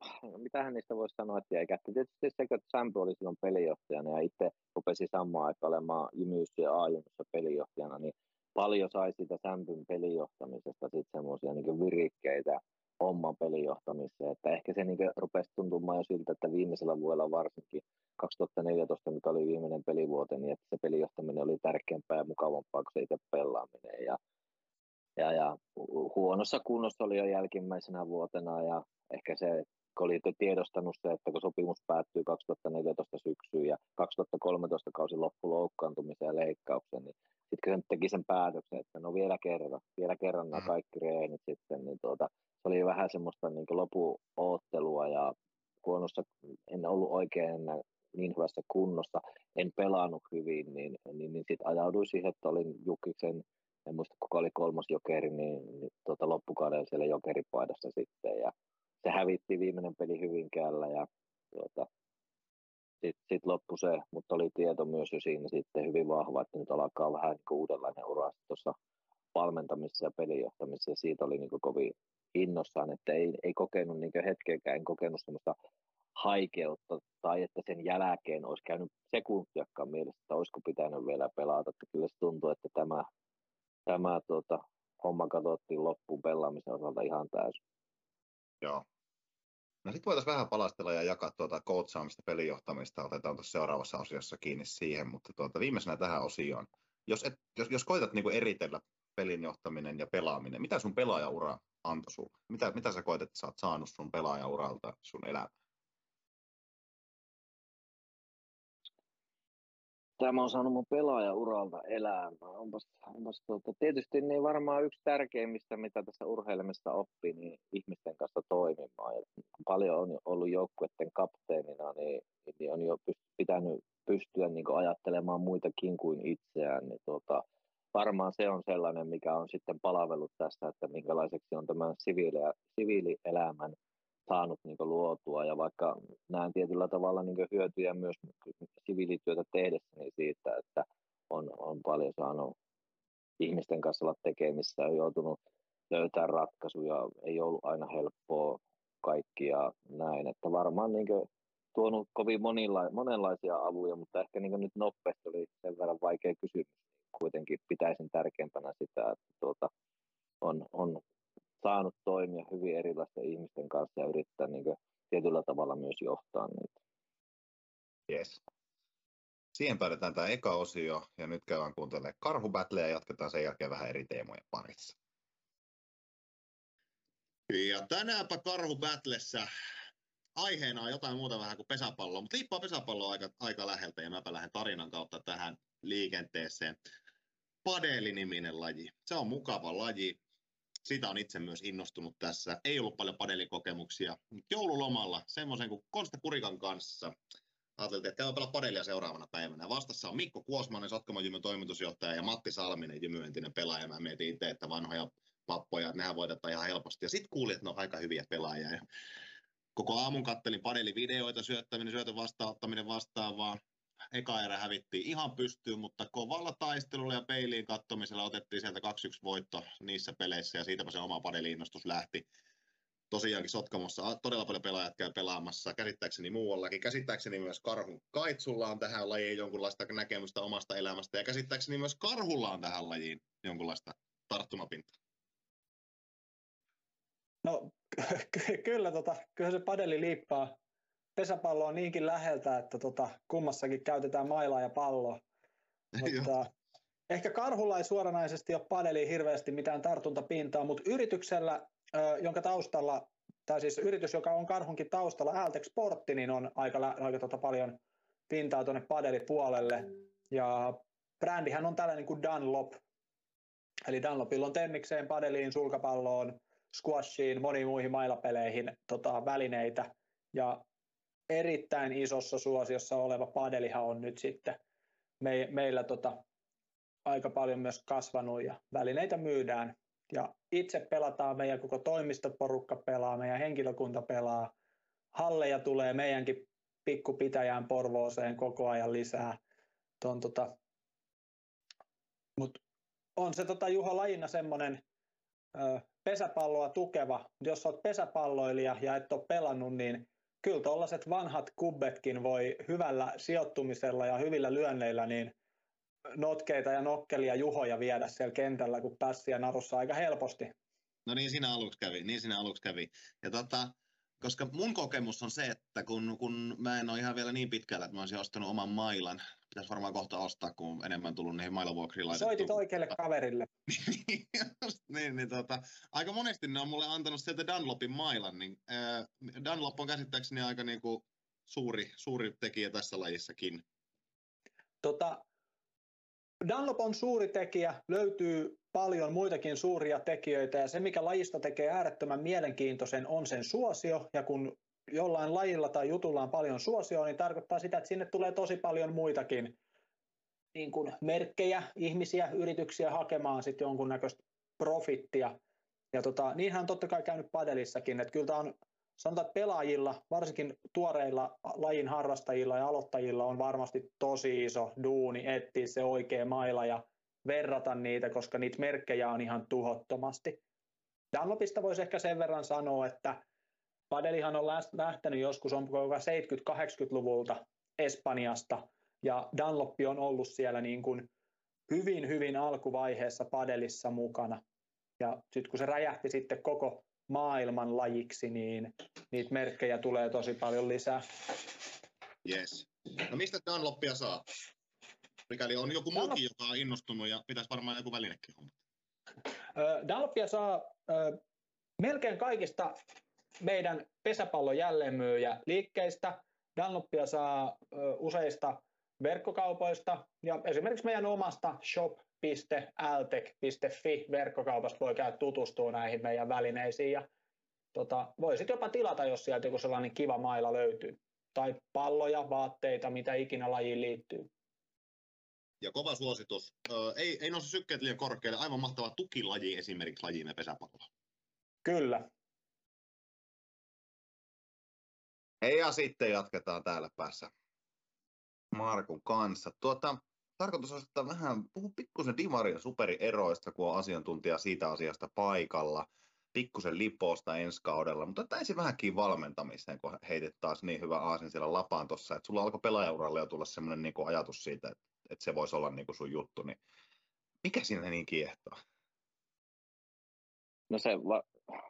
[SPEAKER 2] no, mitähän niistä voisi sanoa, että jäi kättä. Tietysti se, että Sampo oli silloin pelijohtajana ja itse rupesi samaan aikaan olemaan Jymyssä ja A-junnussa pelijohtajana, niin paljon sai siitä Sampon pelijohtamisesta sitten semmoisia niin virikkeitä oman pelijohtamiseen, että ehkä se niin rupesi tuntumaan jo siltä, että viimeisellä vuodella varsinkin kaksituhattaneljätoista, mikä oli viimeinen pelivuote, niin että se pelijohtaminen oli tärkeämpää ja mukavampaa kuin se itse pelaaminen. Ja, ja, ja huonossa kunnossa oli jo jälkimmäisenä vuotena ja ehkä se, kun oli tiedostanut se, että kun sopimus päättyy kaksituhattaneljätoista syksyyn ja kaksituhattakolmetoista kausi loppui loukkaantumisen ja leikkauksen, niin sitten kun teki sen päätöksen, että no vielä kerran, vielä kerran nämä kaikki reenit sitten, niin tuota, se oli vähän semmoista niin lopun oottelua ja huonossa, en ollut oikein niin hyvässä kunnossa, en pelannut hyvin, niin, niin, niin sitten ajauduin siihen, että olin Jukiksen, en muista kuka oli kolmas jokeri, niin, niin tuota, loppukaudella siellä jokeripaidassa sitten ja se hävitti viimeinen peli Hyvinkäällä ja tuota, sitten sit loppui se, mutta oli tieto myös jo siinä sitten hyvin vahva, että nyt alkaa vähän niin kuin uudenlainen ura tuossa valmentamisessa ja pelijohtamisessa ja siitä oli niin kuin kovin innossaan, että ei, ei kokenut niin kuin hetkeäkään, en kokenut semmoista haikeutta tai että sen jälkeen olisi käynyt sekuntiakaan mielessä, että olisiko pitänyt vielä pelata, että kyllä se tuntuu, että tämä, tämä tuota, homma katsottiin loppuun pelaamisen osalta ihan täysin.
[SPEAKER 3] Joo. No sitten voitaisiin vähän palastella ja jakaa tuota coachaamista, pelijohtamista, otetaan tuossa seuraavassa osiossa kiinni siihen, mutta tuota, viimeisenä tähän osioon, jos, et, jos, jos koetat niinku eritellä pelin johtaminen ja pelaaminen, mitä sun pelaajaura antoi sulle? Mitä, mitä sä koet, että sä oot saanut sun pelaajauralta sun elämään?
[SPEAKER 2] Tämä on saanut mun pelaajauralta elämään. Onpas, onpas tuota, tietysti niin varmaan yksi tärkeimmistä, mitä tässä urheilemista oppii, niin ihmisten kanssa toimimaan. Ja paljon on ollut joukkueiden kapteenina, niin, niin on jo pitänyt pystyä niin kuin ajattelemaan muitakin kuin itseään. Niin tuota, varmaan se on sellainen, mikä on sitten palvellut tässä, että minkälaiseksi on tämän siviilielämän saanut niin kuin luotua ja vaikka näen tietyllä tavalla niin kuin hyötyjä myös siviilityötä tehdessäni siitä, että on, on paljon saanut ihmisten kanssa olla tekemissä, on joutunut löytämään ratkaisuja, ei ollut aina helppoa kaikkia näin, että varmaan niin kuin tuonut kovin monilla, monenlaisia avuja, mutta ehkä niin kuin nyt nopeasti oli sen verran vaikea kysymys, kuitenkin pitäisin tärkeämpänä sitä, että tuota, on, on saanut toimia hyvin erilaisten ihmisten kanssa ja yrittää niin kuin tietyllä tavalla myös johtaa niitä.
[SPEAKER 3] Yes. Siihen päätetään tämä eka osio ja nyt käydään kuuntelemaan karhubattleja ja jatketaan sen jälkeen vähän eri teemojen parissa. Ja tänäänpä karhubattlessa aiheena on jotain muuta vähän kuin pesäpallo, mutta liippaa pesäpalloa aika, aika läheltä ja mäpä lähden tarinan kautta tähän liikenteeseen. Padeli-niminen laji. Se on mukava laji. Siitä on itse myös innostunut tässä. Ei ollut paljon padelikokemuksia. Joululomalla semmoisen kuin Konsta Kurikan kanssa ajateltiin, että käydään pelaa padelia seuraavana päivänä. Vastassa on Mikko Kuosmanen, Sotkamon Jymyn toimitusjohtaja ja Matti Salminen, Jymyn entinen pelaaja. Mä mietin itse, että vanhoja pappoja, että nehän voitetaan ihan helposti. Ja sitten kuulin, että ne on aika hyviä pelaajia. Ja koko aamun kattelin padelivideoita, syöttäminen, syötön vastaanottaminen vastaavaa. Eka erä hävittiin ihan pystyyn, mutta kovalla taistelulla ja peiliin kattomisella otettiin sieltä kaksi yksi voitto niissä peleissä ja siitäpä se oma padeli-innostus lähti. Tosiaankin Sotkamossa todella paljon pelaajat käy pelaamassa, käsittääkseni muuallakin. Käsittääkseni myös Karhun Kaitsulla on tähän lajiin jonkunlaista näkemystä omasta elämästä ja käsittääkseni myös Karhulla on tähän lajiin jonkunlaista tarttumapintaa.
[SPEAKER 4] No ky- kyllä, tota, kyllä se padeli liippaa. Pesäpallo on niinkin läheltä, että tota, kummassakin käytetään mailaa ja palloa. Mutta ehkä Karhulla ei suoranaisesti ole padeliin hirveästi mitään tartuntapintaa, mutta yrityksellä, jonka taustalla, tai siis yritys, joka on Karhunkin taustalla, Aaltec Sportti, niin on aika, aika tota paljon pintaa tuonne padelipuolelle. Ja brändihän on tällainen kuin Dunlop. Eli Dunlopilla on tennikseen, padeliin, sulkapalloon, squashiin, moniin muihin mailapeleihin tota, välineitä. Ja erittäin isossa suosiossa oleva padelihan on nyt sitten me, meillä tota, aika paljon myös kasvanut ja välineitä myydään. Ja itse pelataan, meidän koko toimistoporukka pelaa, meidän henkilökunta pelaa. Halleja tulee meidänkin pikkupitäjään Porvooseen koko ajan lisää. Ton, tota, mut on se tota, Juho lajina semmoinen, pesäpalloa tukeva, mutta jos olet pesäpalloilija ja et ole pelannut, niin kyllä tuollaiset vanhat kubbetkin voi hyvällä sijoittumisella ja hyvillä lyönneillä niin notkeita ja nokkelia juhoja viedä siellä kentällä, kun pässiä narussa aika helposti.
[SPEAKER 3] No niin siinä aluksi kävi, niin siinä aluksi kävi. Ja tota, koska mun kokemus on se, että kun, kun mä en ole ihan vielä niin pitkällä, että mä olisin ostanut oman mailan, pitäisi varmaan kohta ostaa, kun enemmän tullut niihin mailavuokriin laitettu.
[SPEAKER 4] Soitit oikealle kaverille.
[SPEAKER 3] niin, niin tota, aika monesti ne on mulle antanut sieltä Dunlopin mailan, niin äh, Dunlop on käsittääkseni aika niinku suuri, suuri tekijä tässä lajissakin.
[SPEAKER 4] Tota, Dunlop on suuri tekijä, löytyy paljon muitakin suuria tekijöitä ja se mikä lajista tekee äärettömän mielenkiintoisen on sen suosio ja kun jollain lajilla tai jutulla on paljon suosioa, niin tarkoittaa sitä, että sinne tulee tosi paljon muitakin niin kuin merkkejä, ihmisiä, yrityksiä hakemaan sitten jonkunnäköistä profittia. Ja tota, niinhän on totta kai käynyt padelissakin, että kyllä tämä on, sanotaan, että pelaajilla, varsinkin tuoreilla lajin harrastajilla ja aloittajilla on varmasti tosi iso duuni etsiä se oikea maila ja verrata niitä, koska niitä merkkejä on ihan tuhottomasti. Dunlopista voisi ehkä sen verran sanoa, että padelihan on lähtenyt joskus on seitsemänkymmentä-kahdeksankymmentäluvulta Espanjasta, ja Dunlop on ollut siellä niin kuin hyvin, hyvin alkuvaiheessa padelissa mukana. Ja sitten kun se räjähti sitten koko maailman lajiksi, niin niitä merkkejä tulee tosi paljon lisää.
[SPEAKER 3] Yes. No mistä Dunlopia saa? Mikäli on joku
[SPEAKER 4] Dunlop...
[SPEAKER 3] muukin, joka on innostunut ja pitäisi varmaan joku välinekin hommata.
[SPEAKER 4] Dunlopia saa ö, melkein kaikista meidän pesäpallon jälleenmyyjä liikkeistä. Dunlopia saa ö, useista verkkokaupoista ja esimerkiksi meidän omasta shop piste altec piste fi verkkokaupasta voi käydä tutustua näihin meidän välineisiin ja tota, voi sitten jopa tilata, jos sieltä joku sellainen kiva maila löytyy. Tai palloja, vaatteita, mitä ikinä lajiin liittyy.
[SPEAKER 3] Ja kova suositus. Ö, ei, ei nouse sykkeet liian korkealle. Aivan mahtava tukilaji esimerkiksi lajiimme pesäpalloa.
[SPEAKER 4] Kyllä.
[SPEAKER 3] Ja sitten jatketaan täällä päässä Markun kanssa. Tuota, tarkoitus olisi ottaa vähän, puhu pikkusen Divarin ja Superin eroista, kun on asiantuntija siitä asiasta paikalla. Pikkusen Liposta ensi kaudella, mutta täysin vähänkin valmentamiseen, kun heitit taas niin hyvä aasin siellä lapaan tuossa, että sulla alkoi pelaajauralle jo tulla semmoinen niin kuin ajatus siitä, että, että se voisi olla niin kuin sun juttu, niin mikä siinä niin kiehtoo?
[SPEAKER 2] No se, va-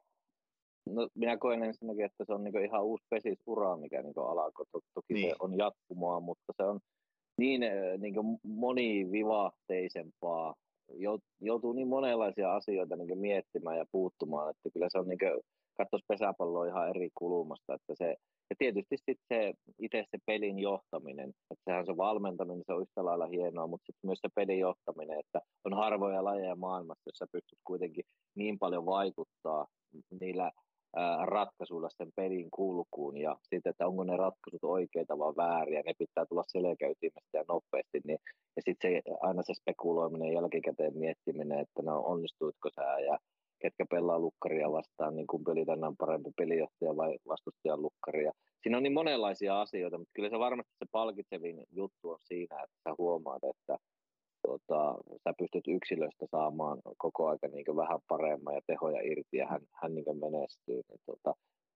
[SPEAKER 2] no minä koen ensinnäkin, että se on niin ihan uusi pesisura, mikä niin alkoi. Toki niin. Se on jatkumoa, mutta se on niin, niin monivivahteisempaa. Joutuu niin monenlaisia asioita niin miettimään ja puuttumaan, että kyllä se on niin katsoisi pesäpalloa ihan eri kulmasta. Että se, ja tietysti sitten se itse se pelin johtaminen, että sehän se valmentaminen, se on yhtä lailla hienoa, mutta sitten myös se pelin johtaminen, että on harvoja lajeja maailmassa, jossa pystyt kuitenkin niin paljon vaikuttaa niillä ää, ratkaisuilla sen pelin kulkuun ja sitten, että onko ne ratkaisut oikeita vai vääriä, ne pitää tulla selkäytimestä ja nopeasti, niin, ja sitten se, aina se spekuloiminen jälkikäteen miettiminen, että no onnistuitko sä ja ketkä pelaa lukkaria vastaan, niin kumpi oli tänään parempi pelijohtaja vai vastustajan lukkaria. Siinä on niin monenlaisia asioita, mutta kyllä se varmasti se palkitsevin juttu on siinä, että sä huomaat, että tota, sä pystyt yksilöstä saamaan koko ajan niin vähän paremman ja tehoja irti ja hän, hän niin menestyy. Niin, tota,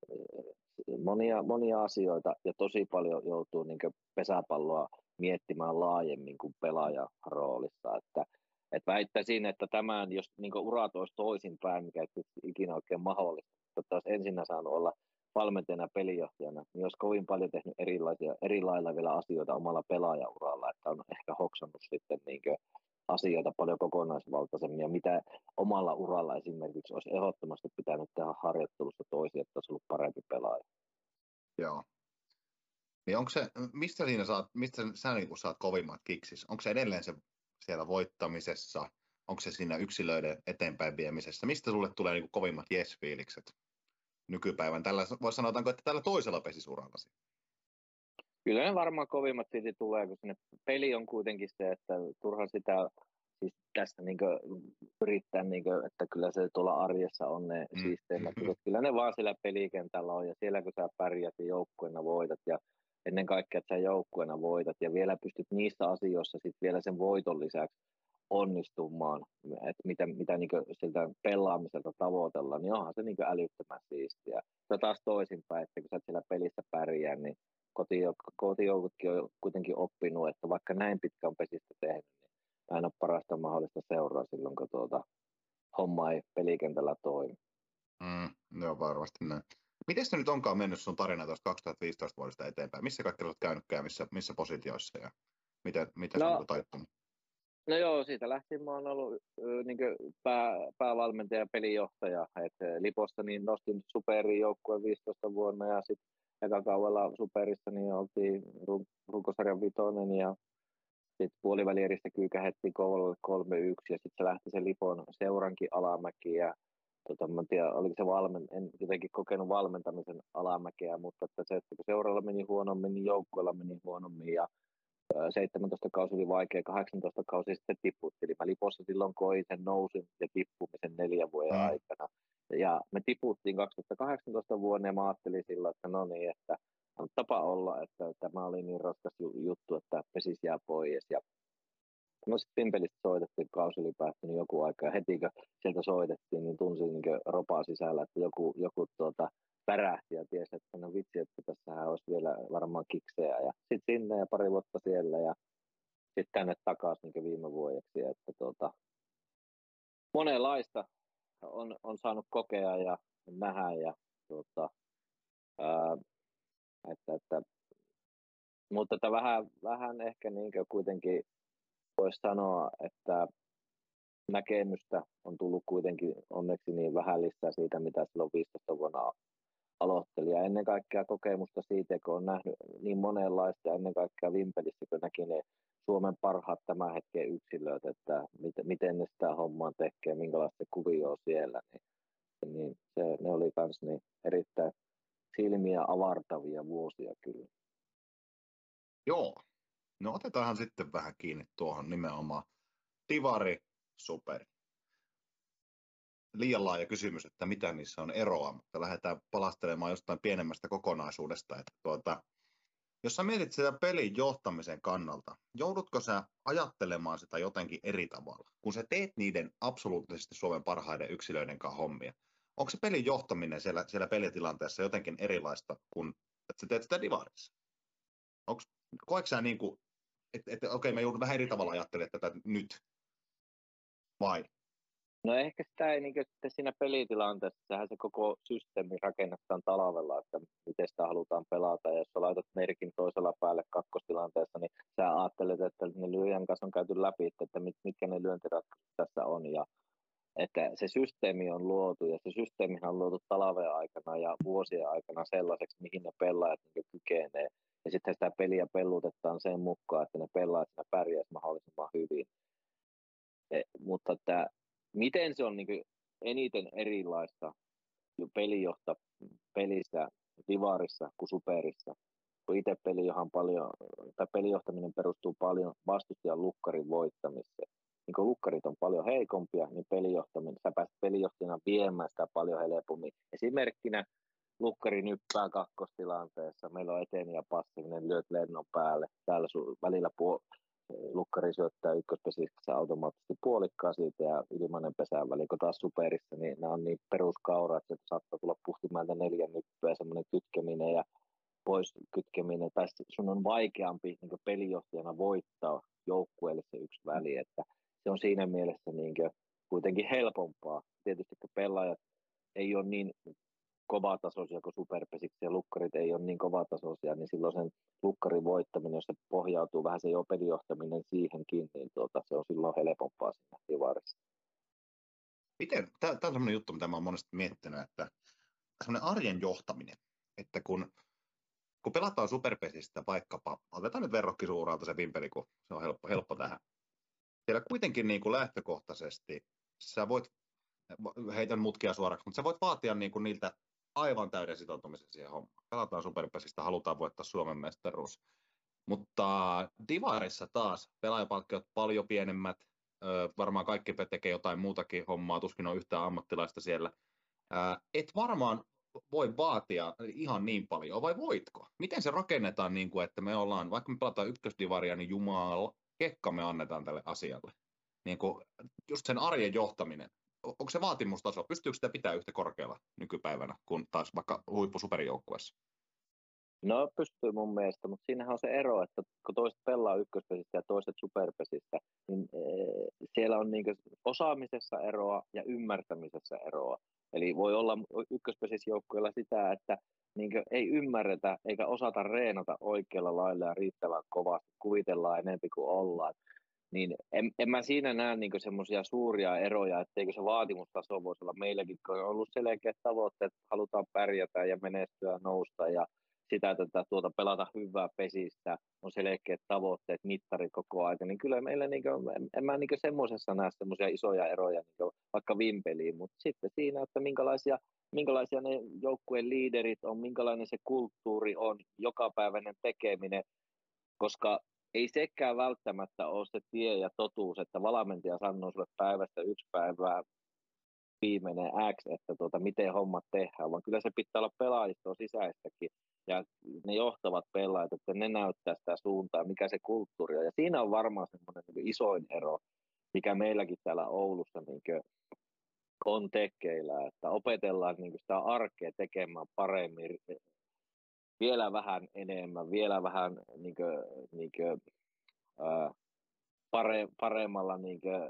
[SPEAKER 2] monia, monia asioita ja tosi paljon joutuu niin pesäpalloa miettimään laajemmin kuin pelaajan roolissa, että Et väittäisin, että tämän, jos niin urat olisi toisinpäin, mikä ei ikinä oikein mahdollista, että olisi ensinnä saanut olla valmentajana pelijohtajana, niin olisi kovin paljon tehnyt erilaisia, eri lailla vielä asioita omalla pelaajauralla, että on ehkä hoksannut sitten niin asioita paljon kokonaisvaltaisemmin, ja mitä omalla uralla esimerkiksi olisi ehdottomasti pitänyt tehdä harjoittelusta toisin, että olisi ollut parempi pelaaja.
[SPEAKER 3] Joo. Niin onko se, mistä siinä saat, mistä sä niin kun saat kovimmat kiksis? Onko se edelleen se siellä voittamisessa? Onko se siinä yksilöiden eteenpäin viemisessä? Mistä sulle tulee niin kuin kovimmat yes-fiilikset nykypäivän? Tällä, voi sanotaanko, että tällä toisella pesisurallasi?
[SPEAKER 2] Kyllä ne varmaan kovimmat siitä tulee, kun sinne peli on kuitenkin se, että turha sitä siis tästä niin yrittää, niin kuin, että kyllä se tuolla arjessa on ne mm. siisteimmät. Kyllä ne vaan siellä pelikentällä on ja siellä kun sä pärjät ja joukkueena voitat ja ennen kaikkea, että sä joukkueena voitat ja vielä pystyt niissä asioissa sitten vielä sen voiton lisäksi onnistumaan, että mitä, mitä niin siltä pelaamiselta tavoitellaan, niin onhan se niin älyttömän siistiä. Ja taas toisinpäin, että kun sä siellä pelissä pärjää, niin kotijoukotkin on kuitenkin oppinut, että vaikka näin pitkä on pesistä tehnyt, niin aina parasta mahdollista seuraa silloin, kun tuota, homma ei pelikentällä toimi.
[SPEAKER 3] Mm, joo, varmasti näin. Miten se nyt onkaan mennyt sun tarina tuosta kaksituhattaviisitoista vuodesta eteenpäin? Missä kaikki olet käynytkään, missä, missä positioissa ja mitä, mitä no, se on taittunut?
[SPEAKER 2] No joo, siitä lähtien mä oon ollut niin pää, päävalmentaja ja pelijohtaja. Et Liposta niin nostin Superin joukkueen viisitoista vuonna ja sitten eka kaudella Superissa niin oltiin runkosarjan vitonen ja sitten puolivälieristä kyykähettiin Kouvolalle kolme yksi ja sitten se lähti se Lipon seurankin alamäki ja tota, mä en tiedä, oliko se valmen, en jotenkin kokenut valmentamisen alamäkeä, mutta että se, että kun seuralla meni huonommin, niin joukkueella meni huonommin ja seitsemäntoista kausi oli vaikea, kahdeksantoista kausi sitten tiputti. Eli mä Lipossa silloin koin sen nousun ja tippumisen neljän vuoden mm. aikana. Ja me tiputtiin kaksituhattakahdeksantoista vuonna ja mä ajattelin silloin, että no niin, että on tapa olla, että tämä oli niin raskas juttu, että pesis jää pois. Ja no sitten Pimpelistä soitettiin, kausi oli päättynyt joku aika ja heti kun sieltä soitettiin, niin tunsin niin ropaa sisällä, että joku, joku tuota, pärähti ja tiesi, että no vitsi, että tässähän olisi vielä varmaan kikseä ja sitten sinne ja pari vuotta siellä ja sitten tänne takaisin niin viime vuodeksi, että tuota, monenlaista on, on saanut kokea ja nähdä ja tuota, ää, että, että, mutta että vähän, vähän ehkä niin kuitenkin voisi sanoa, että näkemystä on tullut kuitenkin onneksi niin vähän lisää siitä, mitä silloin viisitoista vuonna aloitteli. Ja ennen kaikkea kokemusta siitä, kun on nähnyt niin monenlaista, ennen kaikkea Vimpelissä, kun näki ne Suomen parhaat tämän hetken yksilöt, että miten, miten ne sitä hommaa tekee, minkälaista kuvio on siellä, niin, niin se, ne oli myös niin erittäin silmiä avartavia vuosia kyllä.
[SPEAKER 3] Joo, no otetaanhan sitten vähän kiinni tuohon nimenomaan Divari, Super. Liian laaja kysymys, että mitä niissä on eroa, mutta lähdetään palastelemaan jostain pienemmästä kokonaisuudesta. Että tuota, jos sä mietit sitä pelin johtamisen kannalta, joudutko sä ajattelemaan sitä jotenkin eri tavalla, kun sä teet niiden absoluuttisesti Suomen parhaiden yksilöiden kanssa hommia? Onko se pelin johtaminen siellä, siellä pelitilanteessa jotenkin erilaista kuin että sä teet sitä Divarissa? Koetko sä niin kuin, että, että okei, mä joudun vähän eri tavalla ajattelemaan tätä nyt, vai?
[SPEAKER 2] No ehkä sitä ei niin kuin, siinä pelitilanteessa, sehän se koko systeemi rakennetaan talvella, että miten sitä halutaan pelata, ja jos sä laitat merkin toisella päälle kakkostilanteessa, niin sä ajattelet, että ne lyöjän kanssa on käyty läpi, että mitkä ne lyöntiratkaisut tässä on, ja että se systeemi on luotu, ja se systeemi on luotu talven aikana ja vuosien aikana sellaiseksi, mihin ne pelaajat niin kykenee, ja sitten sitä peliä pellutetaan sen mukaan, että ne pelaajat siinä pärjäisi mahdollisimman hyvin. E, mutta että miten se on niin kuin eniten erilaista pelijohta pelissä Divarissa kuin Superissa? Kun itse pelijohan paljon, tai pelijohtaminen perustuu paljon vastustajan lukkarin voittamiseen. Niin kun lukkarit on paljon heikompia, niin pelijohtaminen, sä pääset pelijohtajana viemään sitä paljon helpommin. Esimerkkinä lukkari nyppää kakkostilanteessa, meillä on eteen ja passiivinen, lyöt lennon päälle, täällä sun välillä puol- lukkari syöttää ykköspesiksessä automaattisesti puolikkaa siitä ja ilmainen pesän väli, kun taas Superissa, niin nämä on niin peruskaurat, että saattaa tulla puhtimäältä neljän nyppyä, semmoinen kytkeminen ja pois kytkeminen, tai sun on vaikeampi niin pelijohtajana voittaa joukkueelle se yksi väli, että se on siinä mielessä niin kuitenkin helpompaa. Tietysti kun pelaajat ei ole niin kovatasoisia kuin superpesiksi ja lukkarit ei ole niin kovatasoisia, niin silloin sen lukkarin voittaminen, jos se pohjautuu vähän se jo pelijohtaminen siihenkin, niin tuota, se on silloin helpompaa siinä Divarissa.
[SPEAKER 3] Miten? Tämä on sellainen juttu, mitä mä oon monesti miettinyt, että sellainen arjen johtaminen, että kun, kun pelataan superpesistä vaikkapa, otetaan nyt verrokkisuuralta se Vimpeli, kun se on helppo, helppo tähän. Siellä kuitenkin niin kuin lähtökohtaisesti sä voit, heitän mutkia suoraksi, mutta sä voit vaatia niin kuin niiltä aivan täyden sitoutumisen siihen hommaan. Pelataan superpesistä, halutaan voittaa Suomen mestaruus. Mutta Divarissa taas pelaajapalkkiot paljon pienemmät, öö, varmaan kaikki tekee jotain muutakin hommaa, tuskin on yhtään ammattilaista siellä. Öö, et varmaan voi vaatia ihan niin paljon, vai voitko? Miten se rakennetaan niin kuin, että me ollaan, vaikka me pelataan ykkösdivaria, niin jumala, kekka me annetaan tälle asialle. niin kuin, just sen arjen johtaminen, onko se vaatimustaso, pystyykö sitä pitää yhtä korkealla nykypäivänä kuin taas vaikka huippusuperjoukkueessa?
[SPEAKER 2] No pystyy mun mielestä, mutta siinähän on se ero, että kun toiset pelaa ykköspesistä ja toiset superpesistä, niin ee, siellä on niinku osaamisessa eroa ja ymmärtämisessä eroa. Eli voi olla ykköspesisjoukkueella sitä, että niinku ei ymmärretä eikä osata reenata oikealla lailla ja riittävän kovasti, kuvitellaan enemmän kuin ollaan. Niin en, en mä siinä näe niinku semmoisia suuria eroja, etteikö se vaatimustaso voisi olla meilläkin, kun on ollut selkeät tavoitteet, että halutaan pärjätä ja menestyä, nousta ja sitä tätä tuota pelata hyvää pesistä, on selkeät tavoitteet, mittari koko aika, niin kyllä meillä niinku, en, en mä niinku semmoisessa näe semmoisia isoja eroja niinku vaikka Vimpeliin, mutta sitten siinä, että minkälaisia, minkälaisia ne joukkueen liiderit on, minkälainen se kulttuuri on, jokapäiväinen tekeminen, koska ei sekään välttämättä ole se tie ja totuus, että valmentaja sanoo sulle päivästä yksi päivää viimeinen X, että tuota, miten hommat tehdään, vaan kyllä se pitää olla pelaajistoa sisäistäkin ja ne johtavat pelaajat, että ne näyttää sitä suuntaa, mikä se kulttuuri on. Ja siinä on varmaan semmoinen niin isoin ero, mikä meilläkin täällä Oulussa niin on tekeillä, että opetellaan niin sitä arkea tekemään paremmin, vielä vähän enemmän, vielä vähän niin kuin, niin kuin, ää, pare, paremmalla niin kuin,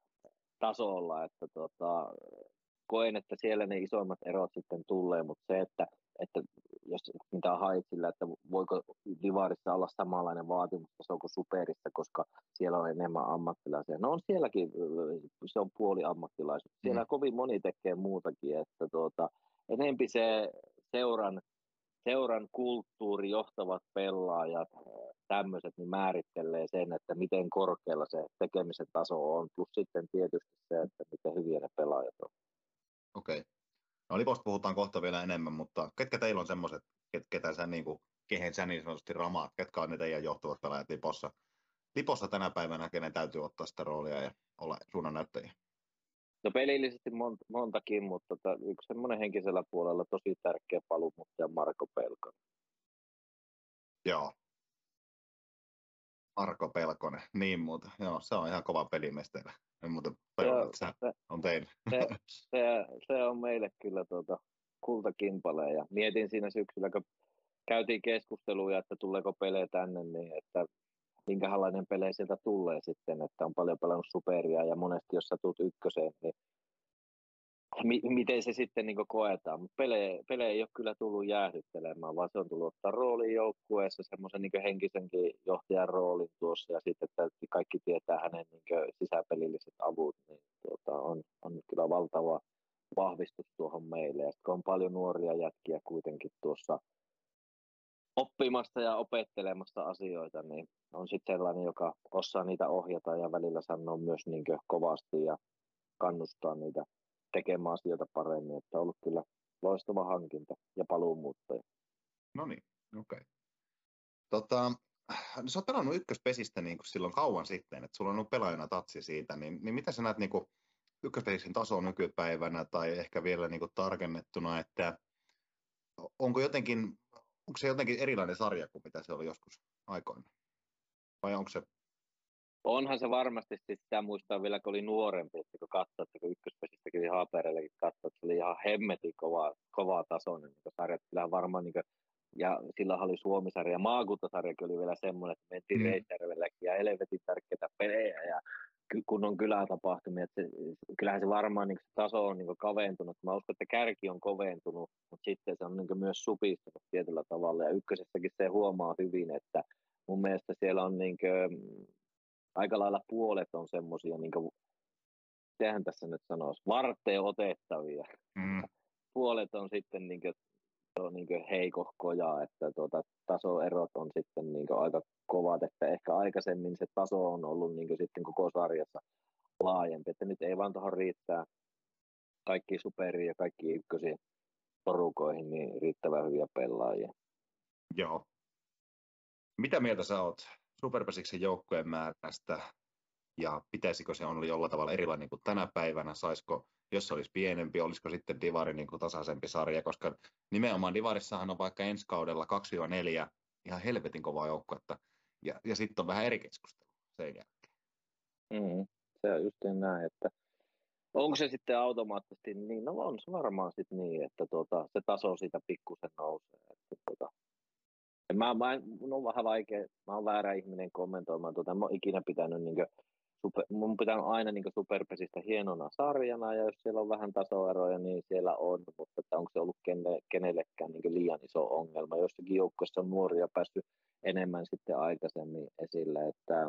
[SPEAKER 2] tasolla, että tota, koen, että siellä ne isoimmat erot sitten tulee, mutta se, että, että jos mitä hait sillä, että voiko divarissa olla samanlainen vaatimustaso kuin superissa, koska siellä on enemmän ammattilaisia. No on sielläkin, se on puoli ammattilaisuutta. Siellä mm. kovin moni tekee muutakin, että tuota, enempi se seuran, seuran kulttuuri, johtavat pelaajat, tämmöiset, niin määrittelee sen, että miten korkealla se tekemisen taso on, plus sitten tietysti se, että miten hyviä ne pelaajat on.
[SPEAKER 3] Okei. Okay. No Liposta puhutaan kohta vielä enemmän, mutta ketkä teillä on semmoiset, ket, ketä sä niin kuin, kehen sä niin sanotusti ramaat, ketkä on ne teidän johtavat pelaajat Lipossa? Lipossa tänä päivänä, kenen täytyy ottaa sitä roolia ja olla suunnannäyttäjiä?
[SPEAKER 2] No pelillisesti monta, montakin, mutta tota, yksi semmoinen henkisellä puolella tosi tärkeä paluumuuttaja Marko Pelkonen.
[SPEAKER 3] Joo. Marko Pelkonen, niin muuta. Joo, se on ihan kova pelimies teillä. En muuta tajua, että se on teillä.
[SPEAKER 2] Se, se, se on meille kyllä tuota kultakimpale. Ja mietin siinä syksyllä, kun käytiin keskusteluja, että tuleeko pelejä tänne, niin että minkälainen pelejä sieltä tulee sitten, että on paljon pelannut superia ja monesti jos sä tulet ykköseen, niin mi- miten se sitten niin koetaan. Mutta pelejä, pelejä ei ole kyllä tullut jäähdyttelemään, vaan se on tullut ottaa roolin joukkueessa, semmoisen niin henkisenkin johtajan roolin tuossa, ja sitten että kaikki tietää hänen niin sisäpelilliset avut, niin tuota, on, on kyllä valtava vahvistus tuohon meille. Ja sitten kun on paljon nuoria jätkiä kuitenkin tuossa oppimasta ja opettelemasta asioita, niin on sitten sellainen, joka osaa niitä ohjata ja välillä sanoo myös niin kovasti ja kannustaa niitä tekemään asioita paremmin, että on ollut kyllä loistava hankinta ja paluumuuttaja.
[SPEAKER 3] No niin, okei. Okay. Tota, no sä oot pelannut ykköspesistä niin kuin silloin kauan sitten, että sulla on ollut pelaajana tatsi siitä, niin, niin mitä sä näet niin kuin ykköspesisen tasoa nykypäivänä tai ehkä vielä niin kuin tarkennettuna, että onko jotenkin, onko se jotenkin erilainen sarja kuin mitä se oli joskus aikoina? Vai onko se?
[SPEAKER 2] Onhan se varmasti, sitä muistaa vielä, kun oli nuorempi, että kun katsoi, että kun ykköspesistä kävi Haapereellekin katsoi, että se oli ihan hemmetin kova, kovaa tasoinen niin sarjat. Kyllähän varmaan, niin kuin, ja silloin oli Suomi-sarja, maakuntasarjakin oli vielä semmoinen, että mentiin mm. Reisjärvelläkin ja helvetin tärkeitä pelejä ja kunnon kylätapahtumia. Että se, kyllähän se varmaan niin se taso on niin kaventunut. Mä uskon, että kärki on koventunut, mutta sitten se on niin myös supistunut tietyllä tavalla. Ja ykkösessäkin se huomaa hyvin, että mun mielestä siellä on niin kuin, aika lailla puolet on semmoisia, niin kuin, tehän tässä nyt sanoisi, varteen otettavia. Mm. Puolet on sitten niin kuin, on niin kuin heikohkoja, että tuota, tasoerot on sitten niin kuin aika kovat, että ehkä aikaisemmin se taso on ollut niin kuin sitten koko sarjassa laajempi, että nyt ei vaan tuohon riittää kaikki superiin ja kaikki ykkösiin porukoihin, niin riittävän hyviä pelaajia.
[SPEAKER 3] Joo. Mitä mieltä sä oot Superpesiksen joukkojen määrästä ja pitäisikö se olla jollain tavalla erilainen kuin tänä päivänä, saisiko, jos se olisi pienempi, olisiko sitten Divari niin kuin tasaisempi sarja, koska nimenomaan Divarissahan on vaikka ensi kaudella kaksi neljä ihan helvetin kovaa joukkuetta ja, ja sitten on vähän eri keskustelu sen jälkeen.
[SPEAKER 2] Mm. se on just näin, että onko se sitten automaattisesti niin, no on se varmaan sitten niin, että tuota, se taso siitä pikkusen nousee, että tuota, Mä, mä, mun on vähän vaikea, mä oon väärä ihminen kommentoimaan tuota, mä oon ikinä pitänyt niinkö, super, mun pitää aina niinkö Superpesistä hienona sarjana, ja jos siellä on vähän tasoeroja, niin siellä on, mutta että onko se ollut kene, kenellekään niinkö liian iso ongelma. Jossakin joukkueessa on nuoria päässyt enemmän sitten aikaisemmin esille, että,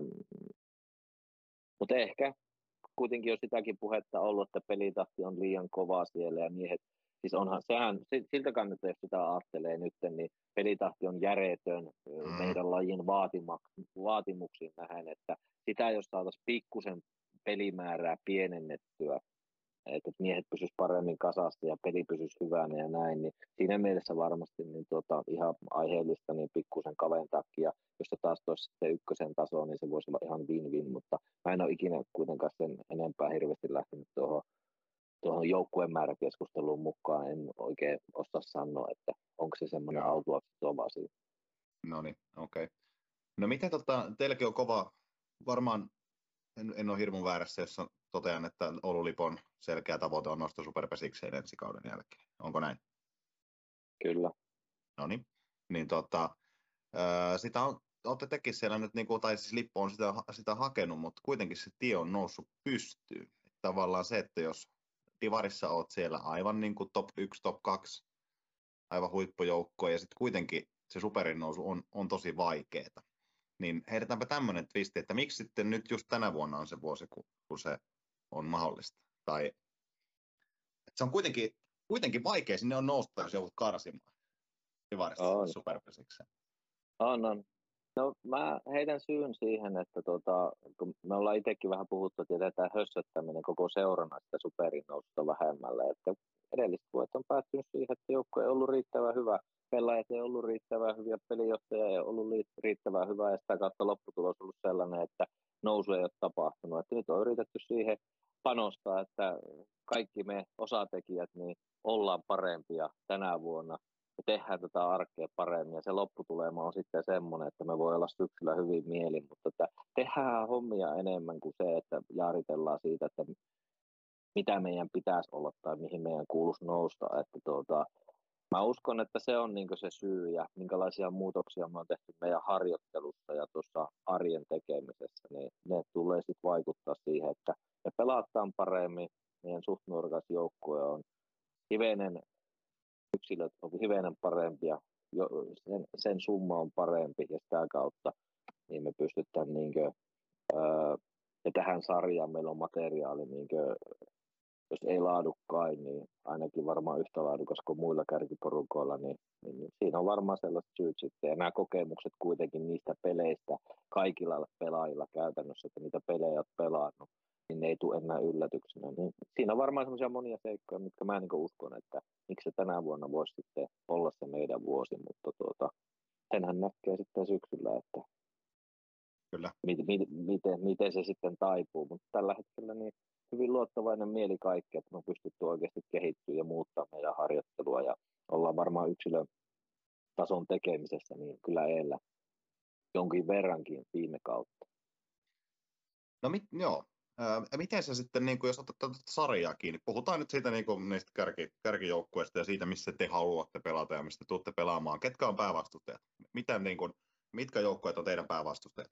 [SPEAKER 2] mutta ehkä kuitenkin on sitäkin puhetta ollut, että pelitahti on liian kova siellä, ja miehet, siis onhan sehän, siltä kannalta, jos sitä ajattelee nyt, niin pelitahti on järjetön mm. meidän lajin vaatimuksiin nähden, että sitä jos saataisiin pikkusen pelimäärää pienennettyä, että miehet pysyisivät paremmin kasassa ja peli pysyisi hyvänä ja näin, niin siinä mielessä varmasti niin tuota, ihan aiheellista niin pikkusen kaventaakin, ja jos se taas toisi sitten ykkösen tasoon, niin se voisi olla ihan win-win, mutta mä en ole ikinä kuitenkaan sen enempää hirveästi lähtenyt tuohon tuohon joukkueen määräkeskusteluun mukaan, en oikein osaa sanoa, että onko se semmoinen autuaaksi tuova asia.
[SPEAKER 3] No niin, okei. Okay. No miten tota, teilläkin on kova, varmaan en, en ole hirmun väärässä, jos totean, että Oulu Lipon selkeä tavoite on nostaa superpesikseen ensi kauden jälkeen. Onko näin?
[SPEAKER 2] Kyllä.
[SPEAKER 3] No niin, niin tota, ää, sitä on, olette tekin siellä nyt, niin kuin, tai siis Lippo on sitä, sitä hakenut, mutta kuitenkin se tie on noussut pystyyn. Tavallaan se, että jos Divarissa olet siellä aivan niin kuin top yksi, top kaksi, aivan huippujoukkoa, ja sitten kuitenkin se superin nousu on, on tosi vaikeaa. Niin heitetäänpä tämmöinen twisti, että miksi sitten nyt just tänä vuonna on se vuosi, kun, kun se on mahdollista. Tai että se on kuitenkin, kuitenkin vaikea, sinne on nousta, jos joudut karsimaan Divarissa superpesikseen.
[SPEAKER 2] On, on. No mä heitän syyn siihen, että tuota, kun me ollaan itsekin vähän puhuttu, että jätetään hössöttäminen koko seurana sitä superin noususta vähemmälle, että edelliset vuodet on päättynyt siihen, että joukko ei ollut riittävän hyvä, pelaajat ei ollut riittävän hyviä, pelijohtaja ei ollut riittävän hyvä, ja sitä kautta lopputulos on ollut sellainen, että nousu ei ole tapahtunut. Että nyt on yritetty siihen panostaa, että kaikki me osatekijät niin ollaan parempia tänä vuonna. Ja tehdään tätä arkea paremmin, ja se lopputulema on sitten semmoinen, että me voi olla syksyllä hyvin mielin, mutta että tehdään hommia enemmän kuin se, että jaaritellaan siitä, että mitä meidän pitäisi olla tai mihin meidän kuuluisi nousta. Että tuota, mä uskon, että se on niin se syy, ja minkälaisia muutoksia me on tehty meidän harjoittelussa ja tuossa arjen tekemisessä, niin ne tulee sitten vaikuttaa siihen, että me pelataan paremmin, meidän suht nuorkas joukkue on hivenen, yksilöt on hivenen parempia, sen, sen summa on parempi, ja sitä kautta niin me pystytään, niin kuin, ää, ja tähän sarjaan meillä on materiaali, niin kuin, jos ei laadukkain, niin ainakin varmaan yhtä laadukas kuin muilla kärkiporukoilla, niin, niin, niin siinä on varmaan sellaiset syyt sitten, ja nämä kokemukset kuitenkin niistä peleistä kaikilla pelaajilla käytännössä, että niitä pelejä olet pelannut, niin ne ei tule enää yllätyksenä. Niin siinä on varmaan semmoisia monia seikkoja, mitkä mä niin uskon, että miksi se tänä vuonna voisi sitten olla se meidän vuosi, mutta tuota, senhän näkee sitten syksyllä, että
[SPEAKER 3] Kyllä.
[SPEAKER 2] Miten, miten, miten se sitten taipuu, mutta tällä hetkellä niin hyvin luottavainen mieli kaikki, että me on pystytty oikeasti kehittyä ja muuttaa meidän harjoittelua, ja ollaan varmaan yksilötason tekemisessä niin kyllä eellä jonkin verrankin viime kautta.
[SPEAKER 3] No mit, joo. Ää, miten se sitten, niin kuin, jos otat tätä sarjaa kiinni, puhutaan nyt siitä niin kuin, niistä kärki, kärkijoukkueista ja siitä, missä te haluatte pelata ja mistä tuutte pelaamaan. Ketkä on päävastustajat? Miten, niin kuin, mitkä joukkueet on teidän päävastustajat?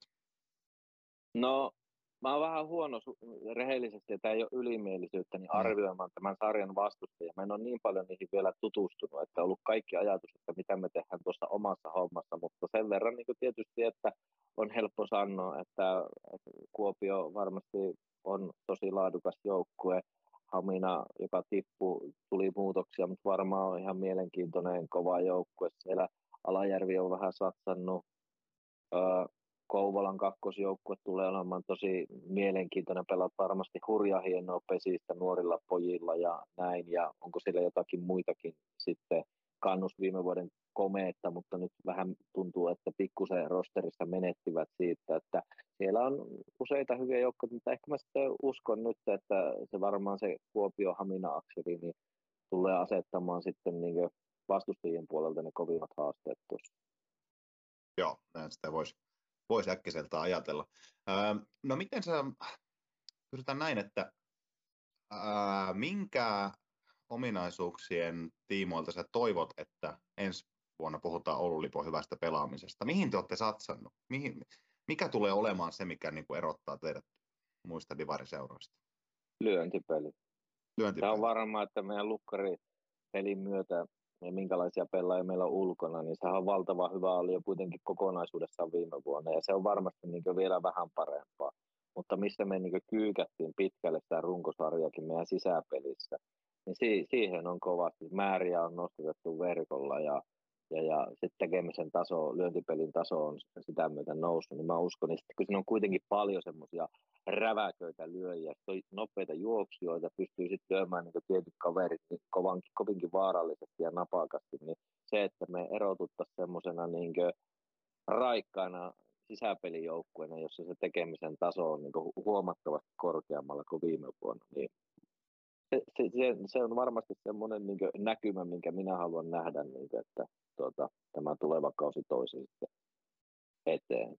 [SPEAKER 2] No, mä oon vähän huono rehellisesti, että ei ole ylimielisyyttä, niin arvioimaan tämän sarjan vastustajia. Mä en ole niin paljon niihin vielä tutustunut, että on ollut kaikki ajatus, että mitä me tehdään tuossa omassa hommassa, mutta sen verran niin tietysti, että on helppo sanoa, että Kuopio varmasti on tosi laadukas joukkue. Hamina, joka tippui, tuli muutoksia, mutta varmaan on ihan mielenkiintoinen kova joukkue. Siellä Alajärvi on vähän satsannut. Kouvolan kakkosjoukkue tulee olemaan tosi mielenkiintoinen, pelaat varmasti hurjaa hienoa pesistä nuorilla pojilla ja näin, ja onko siellä jotakin muitakin sitten kannus viime vuoden komeetta, mutta nyt vähän tuntuu, että pikkusen rosterissa menettivät siitä, että siellä on useita hyviä joukkoja, mutta ehkä mä sitten uskon nyt, että se varmaan se Kuopio-Hamina-akseli niin tulee asettamaan sitten niin vastustajien puolelta ne kovimmat haasteet tuossa.
[SPEAKER 3] Joo, näin sitä voisi. Voisi äkkiseltä ajatella. Öö, no miten sä, kysytään näin, että ää, minkä ominaisuuksien tiimoilta sä toivot, että ensi vuonna puhutaan Oulun Lipon hyvästä pelaamisesta? Mihin te olette satsannut? Mihin, mikä tulee olemaan se, mikä niin kuin erottaa teidät muista divariseuroista?
[SPEAKER 2] Lyöntipeli.
[SPEAKER 3] Lyöntipeli.
[SPEAKER 2] Tämä on varmaa, että meidän lukkaripelin myötä ja minkälaisia pelaajia meillä on ulkona, niin sehän on valtavan hyvä oli jo kuitenkin kokonaisuudessaan viime vuonna, ja se on varmasti niin vielä vähän parempaa. Mutta missä me niin kyykättiin pitkälle sitä runkosarjakin meidän sisäpelissä, niin si- siihen on kovasti. Määriä on nostetettu verkolla, ja, ja, ja sitten tekemisen taso, lyöntipelin taso on sitä myötä noussut, niin mä uskon, että kun siinä on kuitenkin paljon semmoisia räväköitä lyöjiä, nopeita juoksijoita, pystyy sitten lyömään niin tietyt kaverit niin kovan, kovinkin vaarallisesti ja napakasti, niin se, että me erotuttaisiin semmoisena niin raikkaana sisäpelijoukkueena, jossa se tekemisen taso on niin huomattavasti korkeammalla kuin viime vuonna, niin se, se, se, se on varmasti semmoinen niin näkymä, minkä minä haluan nähdä, niin kuin, että tuota, tämä tuleva kausi toisi sitten eteen.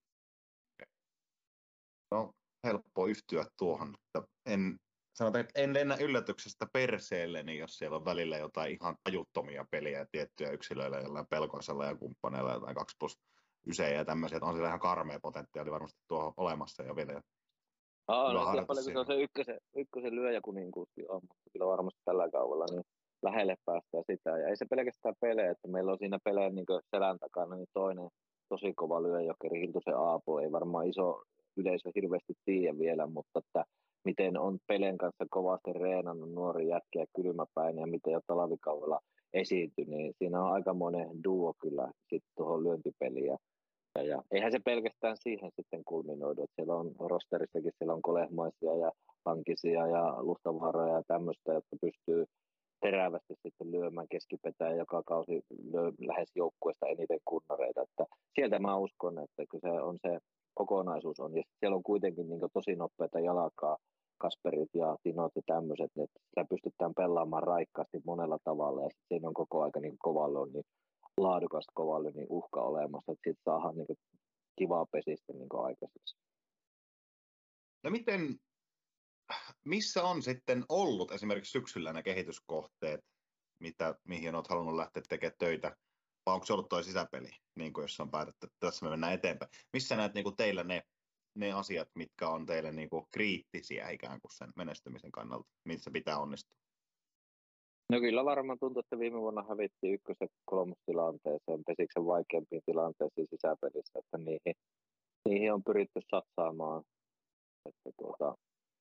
[SPEAKER 3] No, helppo yhtyä tuohon. Että en, sanotaan, että en lennä yllätyksestä perseelle, niin jos siellä on välillä jotain ihan tajuttomia peliä tiettyjä yksilöillä, jollain pelkoisella ja kumppaneilla, jotain kaksi plus ysejä ja tämmöisiä, että on siellä ihan karmea potentiaali varmasti tuohon olemassa jo vielä.
[SPEAKER 2] Aa, no, paljon, kun se on se ykkösen, ykkösen lyöjäkuninkuuskin on, mutta kyllä varmasti tällä kaudella niin lähelle päästään sitä. Ja ei se pelkästään pelejä, että meillä on siinä pelejä niin selän takana niin toinen tosi kova lyöjäjokeri, Hiltusen Aapo, ei varmaan iso yleisö hirveästi tiedä vielä, mutta että miten on Pelen kanssa kovasti reenannut nuori jätkä ja kylmäpäinen ja miten jo talvikaudella esiintyi, niin siinä on aikamoinen duo kyllä sitten tuohon lyöntipeliin. Ja, ja eihän se pelkästään siihen sitten kulminoidu, että siellä on rosterissakin, siellä on kolehmaisia ja hankisia ja lustavaaroja ja tämmöistä, jotka pystyy terävästi sitten lyömään keskipetään joka kausi lyö lähes joukkueesta eniten kunnareita. Että sieltä mä uskon, että kun se on se kokonaisuus on, ja siellä on kuitenkin niin tosi nopeita jalkaa, Kasperit ja Tinot ja tämmöiset, että sitä pystytään pelaamaan raikkaasti monella tavalla, ja siinä on koko aika niin kovalle, niin laadukasta kovalle niin uhka olemassa, että siitä saadaan niin kivaa pesistä niin aikaiseksi.
[SPEAKER 3] No miten, missä on sitten ollut esimerkiksi syksyllä ne kehityskohteet, mitä, mihin olet halunnut lähteä tekemään töitä, vai onko se ollut tuo sisäpeli, niin kuin jos on päätetty, että tässä me mennään eteenpäin. Missä näet niin kuin teillä ne, ne asiat, mitkä on teille niin kuin kriittisiä ikään kuin sen menestymisen kannalta, missä pitää onnistua?
[SPEAKER 2] No kyllä varmaan tuntuu, että viime vuonna hävittiin ykkös- ja kolmostilanteeseen, pesiksen vaikeampiin tilanteisiin sisäpelissä, että niihin, niihin on pyritty satsaamaan. Että tuota,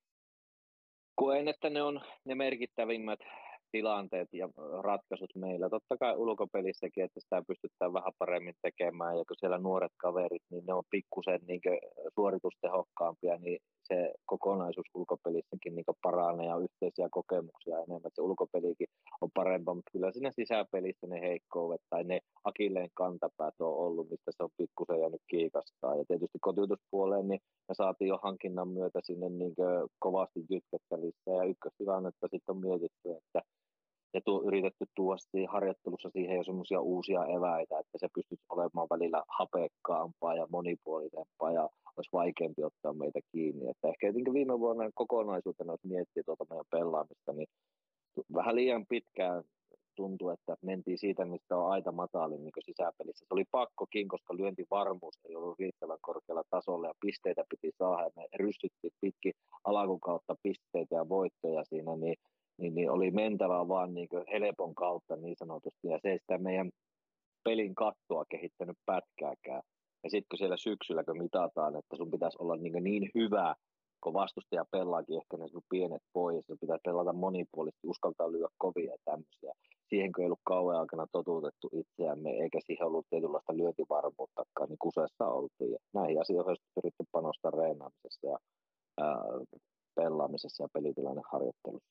[SPEAKER 2] koen, että ne on ne merkittävimmät tilanteet ja ratkaisut meillä. Totta kai ulkopelissäkin, että sitä pystytään vähän paremmin tekemään, ja kun siellä nuoret kaverit, niin ne on pikkusen niin suoritustehokkaampia, niin se kokonaisuus ulkopelissäkin niin paranee ja yhteisiä kokemuksia enemmän. Se ulkopelikin on parempaa, mutta kyllä siinä sisäpelissä ne heikkoudet tai ne akilleen kantapäät on ollut, mistä se on pikkusen jäänyt kiikastaa. Ja tietysti kotiutuspuoleen, niin me saatiin jo hankinnan myötä sinne niin kovasti jytkettävissä, ja ykköstilannetta sitten on mietitty, että ja tuo, yritetty tuoda harjoittelussa siihen jo semmoisia uusia eväitä, että se pystyisi olemaan välillä hapekkaampaa ja monipuolisempaa ja olisi vaikeampi ottaa meitä kiinni. Että ehkä jotenkin viime vuonna kokonaisuutena, jos miettii tuota meidän pelaamista, niin vähän liian pitkään tuntui, että mentiin siitä, mistä on aita matalin niin sisäpelissä. Se oli pakkokin, koska lyöntivarmuus ei ollut riittävän korkealla tasolla ja pisteitä piti saada. Ja me rystyttiin pitkin alakun kautta pisteitä ja voittoja siinä, niin Niin, niin oli mentävä vaan niin helpon kautta niin sanotusti, ja se ei sitä meidän pelin kattoa kehittänyt pätkääkään. Ja sitten kun siellä syksyllä, kun mitataan, että sun pitäisi olla niin, niin hyvä, kun vastustaja pelaakin ehkä ne sun pienet pois, sun pitää pelata monipuolisesti, uskaltaa lyödä kovia ja tämmöisiä. Siihen kun ei ollut kauan aikana totuutettu itseämme, eikä siihen ollut tietynlaista lyöntivarmuuttakaan, niin kusessa oltiin. Ja näihin asioihin olisi pyritty panostaa reenaamisessa ja ää, pelaamisessa ja pelitilanneharjoittelussa.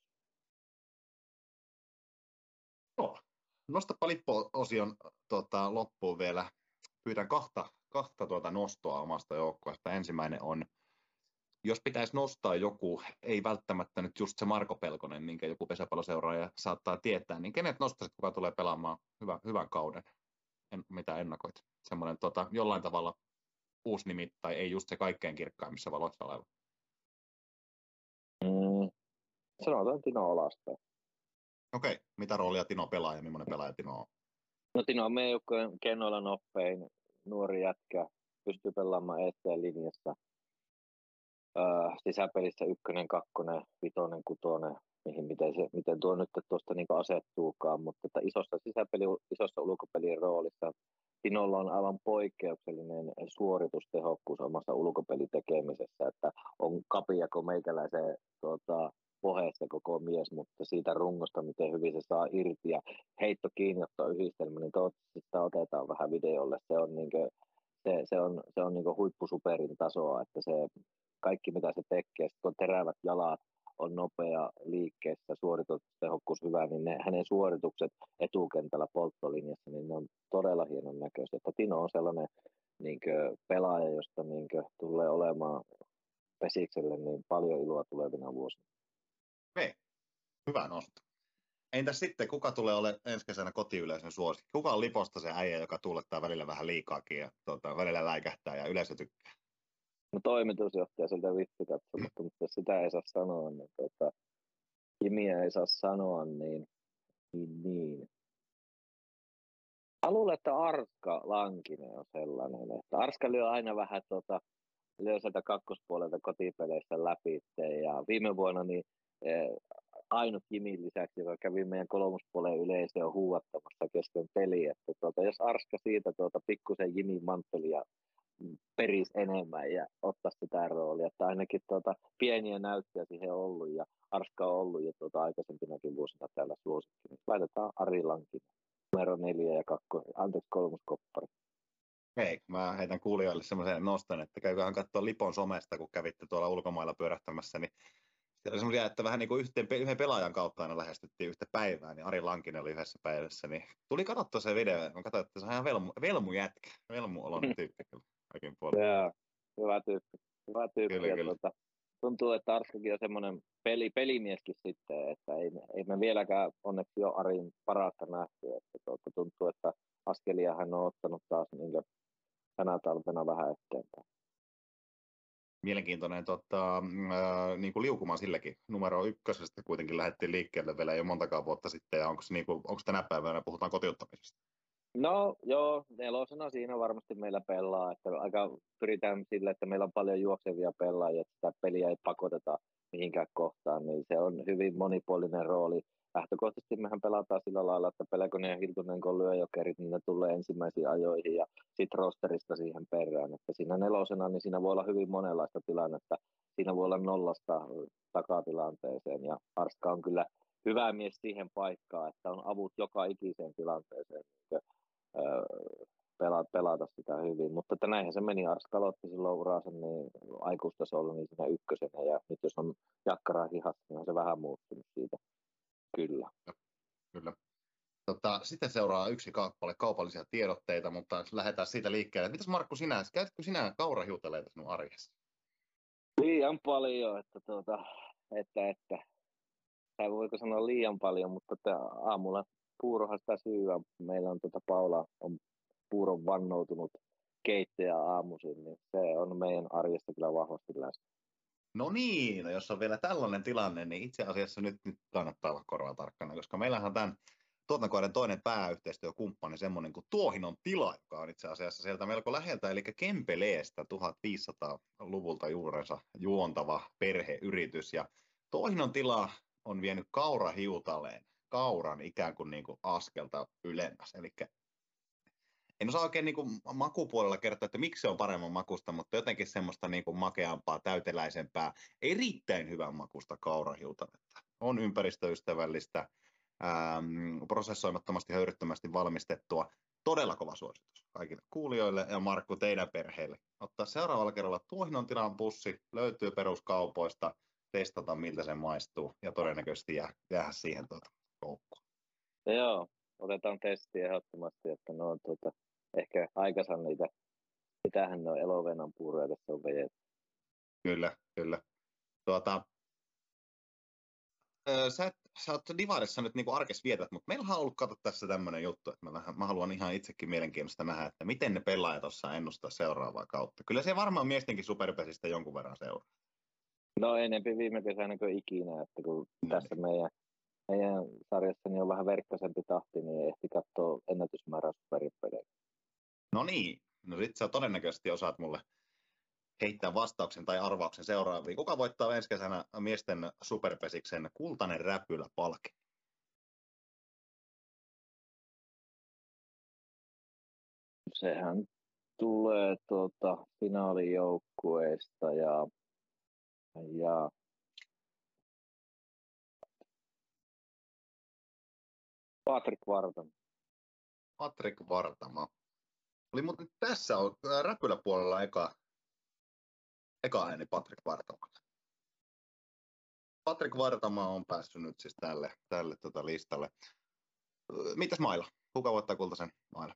[SPEAKER 3] No, nostapa Lippo-osion tota, loppuun vielä. Pyydän kahta, kahta tuota nostoa omasta joukkueesta. Ensimmäinen on, jos pitäisi nostaa joku, ei välttämättä nyt just se Marko Pelkonen, minkä joku pesäpalloseuraaja saattaa tietää, niin kenet nostaisit, kuka tulee pelaamaan hyvän, hyvän kauden? En, mitä ennakoit? Semmoinen tota, jollain tavalla uusi nimi, tai ei just se kaikkein kirkkaimmissa valoissa oleva.
[SPEAKER 2] sanotaan Tino Olaspäin.
[SPEAKER 3] Okei, okay. Mitä roolia Tino pelaa ja millainen pelaaja Tino on?
[SPEAKER 2] No Tino on meidän joukkueen kennoilla nopein, nuori jätkä, pystyy pelaamaan E T-linjassa. Öö, sisäpelissä ykkönen, kakkonen, vitonen, kutonen, mihin, miten, se, miten tuo nyt tuosta niin asettuukaan, mutta että isossa sisäpeli, isossa ulkopelin roolissa Tinolla on aivan poikkeuksellinen suoritustehokkuus omassa ulkopelitekemisessä, että on kapia kuin meikäläisen tuota, pohjassa koko mies, mutta siitä rungosta, miten hyvin se saa irti ja heitto kiinni ottaa yhdistelmä, niin toivottavasti sitä otetaan vähän videolle. Se on, niin kuin, se, se on, se on niin huippusuperin tasoa, että se kaikki mitä se tekee, kun on terävät jalat, on nopea liikkeessä, suoritustehokkuus hyvä, niin ne, hänen suoritukset etukentällä polttolinjassa, niin ne on todella hienon näköisiä. Että Tino on sellainen niin kuin, pelaaja, josta niin kuin, tulee olemaan Pesikselle niin paljon iloa tulevina vuosina.
[SPEAKER 3] Hei, hyvä nosto. Entäs sitten, kuka tulee olemaan ensi kesänä kotiyleisön suosikki? Kuka on Liposta se äijä, joka tuulettaa välillä vähän liikaakin ja tuota, välillä läikähtää ja yleisö tykkää?
[SPEAKER 2] No toimitusjohtaja sieltä vippikatsomatta, mutta sitä ei saa sanoa. Niin, tuota, Kimiä ei saa sanoa, niin, niin, niin. Mä luulen, että Arska Lankinen on sellainen. Että Arska lyö aina vähän tuota, lyö sieltä kakkospuolelta kotipeleissä läpi. Ja viime vuonna niin, eh, ainut Jimin lisäksi, joka kävi meidän kolmospuolen yleisöön huuattamassa kesken peliä. Että tuota, jos Arska siitä tuota, pikkusen Jimin manttelia perisi enemmän ja ottaisi sitä roolia. Että ainakin tuota, pieniä näyttöjä siihen on ollut ja Arska on ollut jo tuota, aikaisempinakin vuosina täällä suosikki. Laitetaan Ari Lankinen, numero neljä ja kakko, anteeksi kolmoskoppari.
[SPEAKER 3] Hei, mä heitän kuulijoille semmoisen noston, että käyköhän katsoa Lipon somesta, kun kävitte tuolla ulkomailla pyörähtämässä, niin siellä oli semmoisia, että vähän niin kuin yhteen, yhden pelaajan kautta aina lähestyttiin yhtä päivää, niin Ari Lankinen oli yhdessä päivässä, niin tuli katsottua se video, mä katsoin, että se on ihan velmu, velmu jätkä, velmu-oloinen tyyppi kyllä, kaikin puolin.
[SPEAKER 2] Joo, hyvä tyyppi, hyvä tyyppi.
[SPEAKER 3] Kyllä,
[SPEAKER 2] ja
[SPEAKER 3] kyllä.
[SPEAKER 2] Tuota, tuntuu, että Arskakin on semmoinen peli, pelimieskin sitten, että ei, ei me vieläkään onneksi ole Arin parasta nähty, että tuota, tuntuu, että askelia hän on ottanut taas niin tänä talvena vähän eteenpäin.
[SPEAKER 3] Mielenkiintoinen tota, äh, niin kuin liukuma silläkin. Numero ykkösestä kuitenkin lähdettiin liikkeelle vielä jo montakaan vuotta sitten, ja onko, niin kuin, onko tänä päivänä, puhutaan kotiuttamisesta?
[SPEAKER 2] No joo, nelosena siinä varmasti meillä pelaa, että aika pyritään sille, että meillä on paljon juoksevia pelaajia, että sitä peliä ei pakoteta mihinkään kohtaan, niin se on hyvin monipuolinen rooli. Lähtökohtaisesti mehän pelataan sillä lailla, että Pelkonen ja Hiltunen kun lyö jokerit, niin ne tulee ensimmäisiin ajoihin ja sitten rosterista siihen perään. Että siinä nelosena, niin siinä voi olla hyvin monenlaista tilannetta. Siinä voi olla nollasta takatilanteeseen ja Arska on kyllä hyvä mies siihen paikkaan, että on avut joka ikiseen tilanteeseen niin pelata, pelata sitä hyvin. Mutta että näinhän se meni. Arska aloitti silloin uraansa niin aikuistasolla niin siinä ykkösenä ja nyt jos on jakkaraa hihassa, niin on se vähän muuttunut siitä. Kyllä.
[SPEAKER 3] Kyllä. Tota, sitten seuraa yksi kappale kaupallisia tiedotteita, mutta lähdetään siitä liikkeelle. Mitäs Markku sinä, käytätkö sinä kaurahiutaleita sinun arjessa?
[SPEAKER 2] Liian paljon, että, tuota, että, että tai voiko sanoa liian paljon, mutta että aamulla puurohan sitä syyä. Meillä on tuota Paula on puuron vannoutunut keittäjä aamuisin, niin se on meidän arjessa kyllä vahvasti läsnä.
[SPEAKER 3] No niin, no jos on vielä tällainen tilanne, niin itse asiassa nyt, nyt kannattaa olla korvaa tarkkana, koska meillähän on tämän tuotantokoiden toinen pääyhteistyökumppani, semmoinen kuin Tuohinon tila, joka on itse asiassa sieltä melko läheltä, eli Kempeleestä tuhatviisisataaluvulta juurensa juontava perheyritys. Ja Tuohinon tila on vienyt kaurahiutaleen, kauran ikään kuin, niin kuin askelta ylemmäs, eli en osaa oikein niin kuin makupuolella kertoa, että miksi se on paremman makusta, mutta jotenkin semmoista niin kuin makeampaa, täyteläisempää, erittäin hyvän makusta kaurahiutaletta. On ympäristöystävällistä, ähm, prosessoimattomasti höyryttömästi valmistettua. Todella kova suositus kaikille kuulijoille ja Markku teidän perheelle. Ottaa seuraavalla kerralla Tuohinon tilan pussi, löytyy peruskaupoista, testata miltä se maistuu ja todennäköisesti jää, jää siihen tuota koukkuun.
[SPEAKER 2] Joo, otetaan testi ehdottomasti, että ne on tuota, ehkä aikansa niitä, mitähän ne on elovenan puuroja tässä on vejet.
[SPEAKER 3] Kyllä, kyllä. Tuota, öö, sä, et, sä oot Divarissa nyt niinku arkes vietät, mutta meillä on ollut kato tässä tämmöinen juttu, että mä, vähän, mä haluan ihan itsekin mielenkiintoista nähdä, että miten ne pelaajat osaa ennustaa seuraavaa kautta. Kyllä se varmaan miestenkin superpesistä jonkun verran seuraa.
[SPEAKER 2] No enempi viime kesänä kuin ikinä, että kun no. tässä meidän, meidän sarjassa niin on vähän verkkaisempi tahti, niin ehti katsoa ennätysmäärä superipelejä.
[SPEAKER 3] No niin, no sit sä todennäköisesti osaat mulle heittää vastauksen tai arvauksen seuraaviin. Kuka voittaa ensi kesänä miesten superpesiksen kultainen räpyläpalke?
[SPEAKER 2] Sehän tulee tuota finaalijoukkueesta ja, ja Patrik Vartamo.
[SPEAKER 3] Patrik Vartamo. Oli muuten tässä on räpyläpuolella eka, eka ääni Patrik Vartamolle. Patrik Vartamo on päässyt nyt siis tälle, tälle tota listalle. Mitäs mailla? Kuka voittaa kultaisen mailla?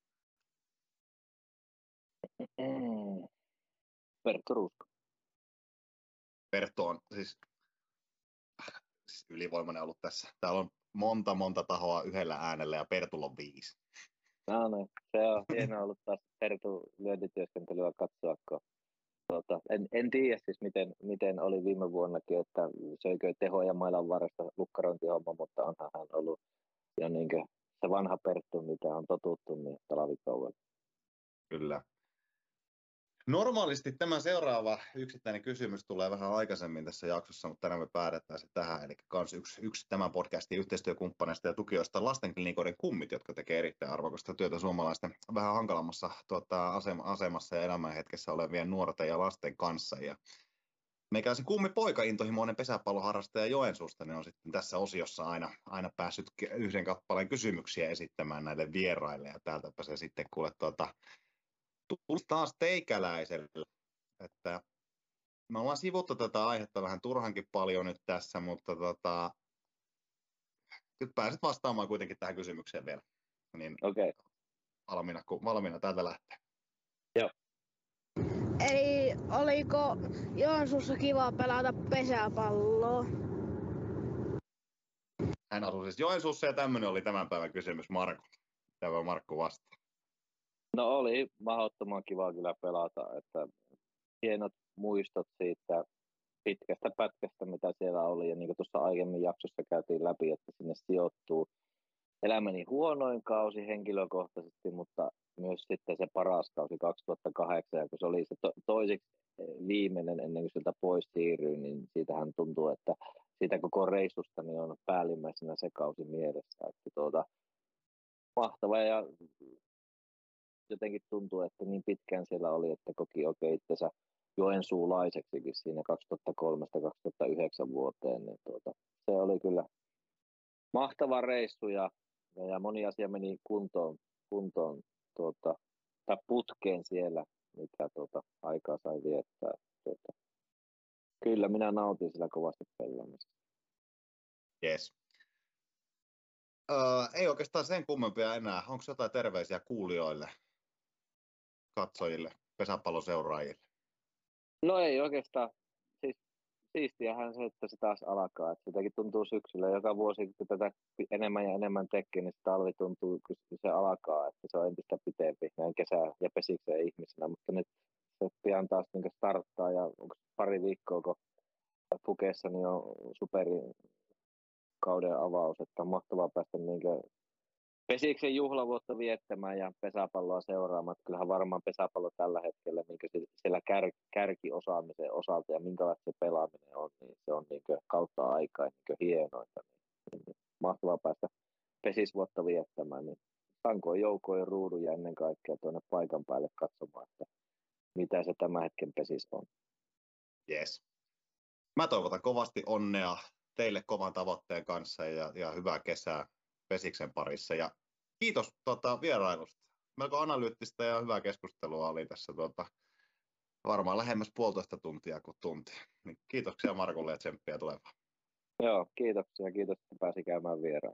[SPEAKER 2] Mm. Perttu Ruuska.
[SPEAKER 3] Perttu on siis, siis ylivoimainen ollut tässä. Täällä on monta monta tahoa yhdellä äänellä ja Pertulla on viisi.
[SPEAKER 2] No niin, se on hienoa ollut taas Pertun lyöntityöskentelyä katsoa, kun tuota, en, en tiedä siis miten, miten oli viime vuonnakin, että söikö tehoja mailan varresta lukkarointihomma, mutta onhan hän ollut jo niin se vanha Perttu, mitä on totuttu, niin talvikaudella.
[SPEAKER 3] Kyllä. Normaalisti tämä seuraava yksittäinen kysymys tulee vähän aikaisemmin tässä jaksossa, mutta tänään me päätetään se tähän. Eli kans yksi, yksi tämän podcastin yhteistyökumppaneista ja tukijoista lastenklinikoiden kummit, jotka tekee erittäin arvokasta työtä suomalaisten vähän hankalammassa tuota, asemassa ja elämänhetkessä olevien nuorten ja lasten kanssa. Ja meikäläisen kummi poika, intohimoinen pesäpalloharrastaja Joensuusta, niin on sitten tässä osiossa aina, aina päässyt yhden kappaleen kysymyksiä esittämään näille vieraille. Ja täältäpä se sitten kuule tuota, tuli taas teikäläiselle, että me ollaan sivuttu tätä aihetta vähän turhankin paljon nyt tässä, mutta tota, nyt pääset vastaamaan kuitenkin tähän kysymykseen vielä. Niin
[SPEAKER 2] okay.
[SPEAKER 3] valmiina, kun valmiina täältä lähtee.
[SPEAKER 2] Joo.
[SPEAKER 5] Eli oliko Joensuussa kiva pelata pesäpalloa?
[SPEAKER 3] Hän asui siis Joensuussa ja tämmöinen oli tämän päivän kysymys Marko. Tämä Markku vastaa.
[SPEAKER 2] No oli mahdottoman kiva kyllä pelata, että hienot muistot siitä pitkästä pätkästä, mitä siellä oli. Ja niin kuin tuossa aiemmin jaksossa käytiin läpi, että sinne sijoittuu elämäni huonoin kausi henkilökohtaisesti, mutta myös sitten se paras kausi kaksituhattakahdeksan, kun se oli se to- toiseksi viimeinen ennen kuin sieltä pois siirryin, niin siitähän tuntuu, että siitä koko reissusta niin on päällimmäisenä se kausi mielessä. Että tuota, mahtava ja jotenkin tuntuu, että niin pitkään siellä oli, että koki oikein itsensä joensuulaiseksikin siinä kaksituhattakolme kaksituhattayhdeksän vuoteen. Niin tuota, se oli kyllä mahtava reissu ja, ja moni asia meni kuntoon, kuntoon tuota, tai putkeen siellä, mitä tuota, aikaa sai viettää. Tuota, kyllä minä nautin sillä kovasti pelaamisesta.
[SPEAKER 3] Yes. Öö, ei oikeastaan sen kummempia enää. Onko jotain terveisiä kuulijoille, katsojille, pesäpalloseuraajille?
[SPEAKER 2] No ei oikeastaan. Siis, siistiähän se, että se taas alkaa. Että jotenkin tuntuu syksyllä joka vuosi, kun tätä enemmän ja enemmän tekee, niin se talvi tuntuu, kun se alkaa, että se on entistä pitempi näin kesä- ja pesikseen ihmisenä. Mutta nyt se pian taas niin starttaa ja onko pari viikkoa, kun Pukeessa niin on superi kauden avaus, että on mahtavaa päästä niin pesiksen juhlavuotta viettämään ja pesäpalloa seuraamaan. Kyllähän varmaan pesäpallo tällä hetkellä niin siellä kär, kärkiosaamisen osalta ja minkälaista se pelaaminen on, niin se on niin kautta aikaa niin hienointa. Niin, niin mahtavaa päästä pesisvuotta viettämään. Niin sankoin joukoin ruudun ja ennen kaikkea tuonne paikan päälle katsomaan, että mitä se tämän hetken pesis on.
[SPEAKER 3] Yes. Mä toivotan kovasti onnea teille kovan tavoitteen kanssa ja, ja hyvää kesää pesiksen parissa. Ja kiitos tota, vierailusta. Melko analyyttistä ja hyvää keskustelua oli tässä tuota, varmaan lähemmäs puolitoista tuntia kuin tunti. Niin kiitoksia Markulle ja tsemppiä tulevaan.
[SPEAKER 2] Joo, kiitoksia. Kiitos, että pääsi käymään vieraan.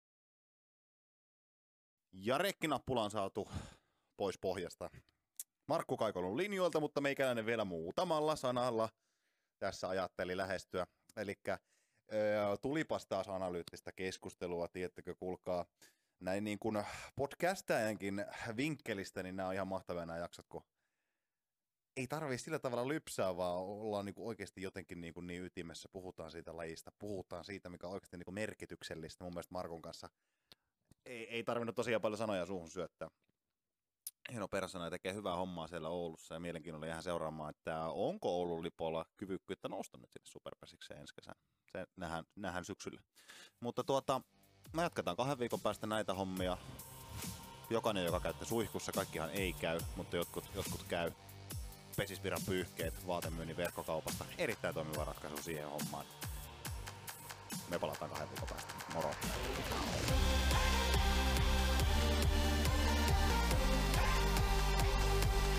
[SPEAKER 1] Ja rekkinappula on saatu pois pohjasta Markku Kaikolun linjoilta, mutta meikäläinen vielä muutamalla sanalla tässä ajatteli lähestyä. Elikkä tulipas taas analyyttistä keskustelua, tiedättekö, kuulkaa, näin niin kuin podcastajankin vinkkelistä, niin nämä on ihan mahtavia nämä jaksot, kun ei tarvii sillä tavalla lypsää, vaan ollaan niinku oikeasti jotenkin niinku niin ytimessä, puhutaan siitä lajista, puhutaan siitä, mikä on oikeasti niinku merkityksellistä. Mun mielestä Markon kanssa ei, ei tarvinnut tosiaan paljon sanoja suuhun syöttää. Hieno persona ja tekee hyvää hommaa siellä Oulussa ja mielenkiinnolla ihan seuraamaan, että onko Oulun Lipolla kyvykkyyttä nousta nyt sinne superpesikseen ensi kesänä. Se nähdään, nähdään syksyllä. Mutta tuota, me jatketaan kahden viikon päästä näitä hommia. Jokainen, joka käytte suihkussa, kaikkihan ei käy, mutta jotkut, jotkut käy. Pesisviran pyyhkeet vaatemyynnin verkkokaupasta. Erittäin toimiva ratkaisu siihen hommaan. Me palataan kahden viikon päästä. Moro!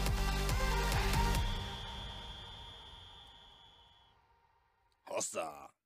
[SPEAKER 1] Hossa!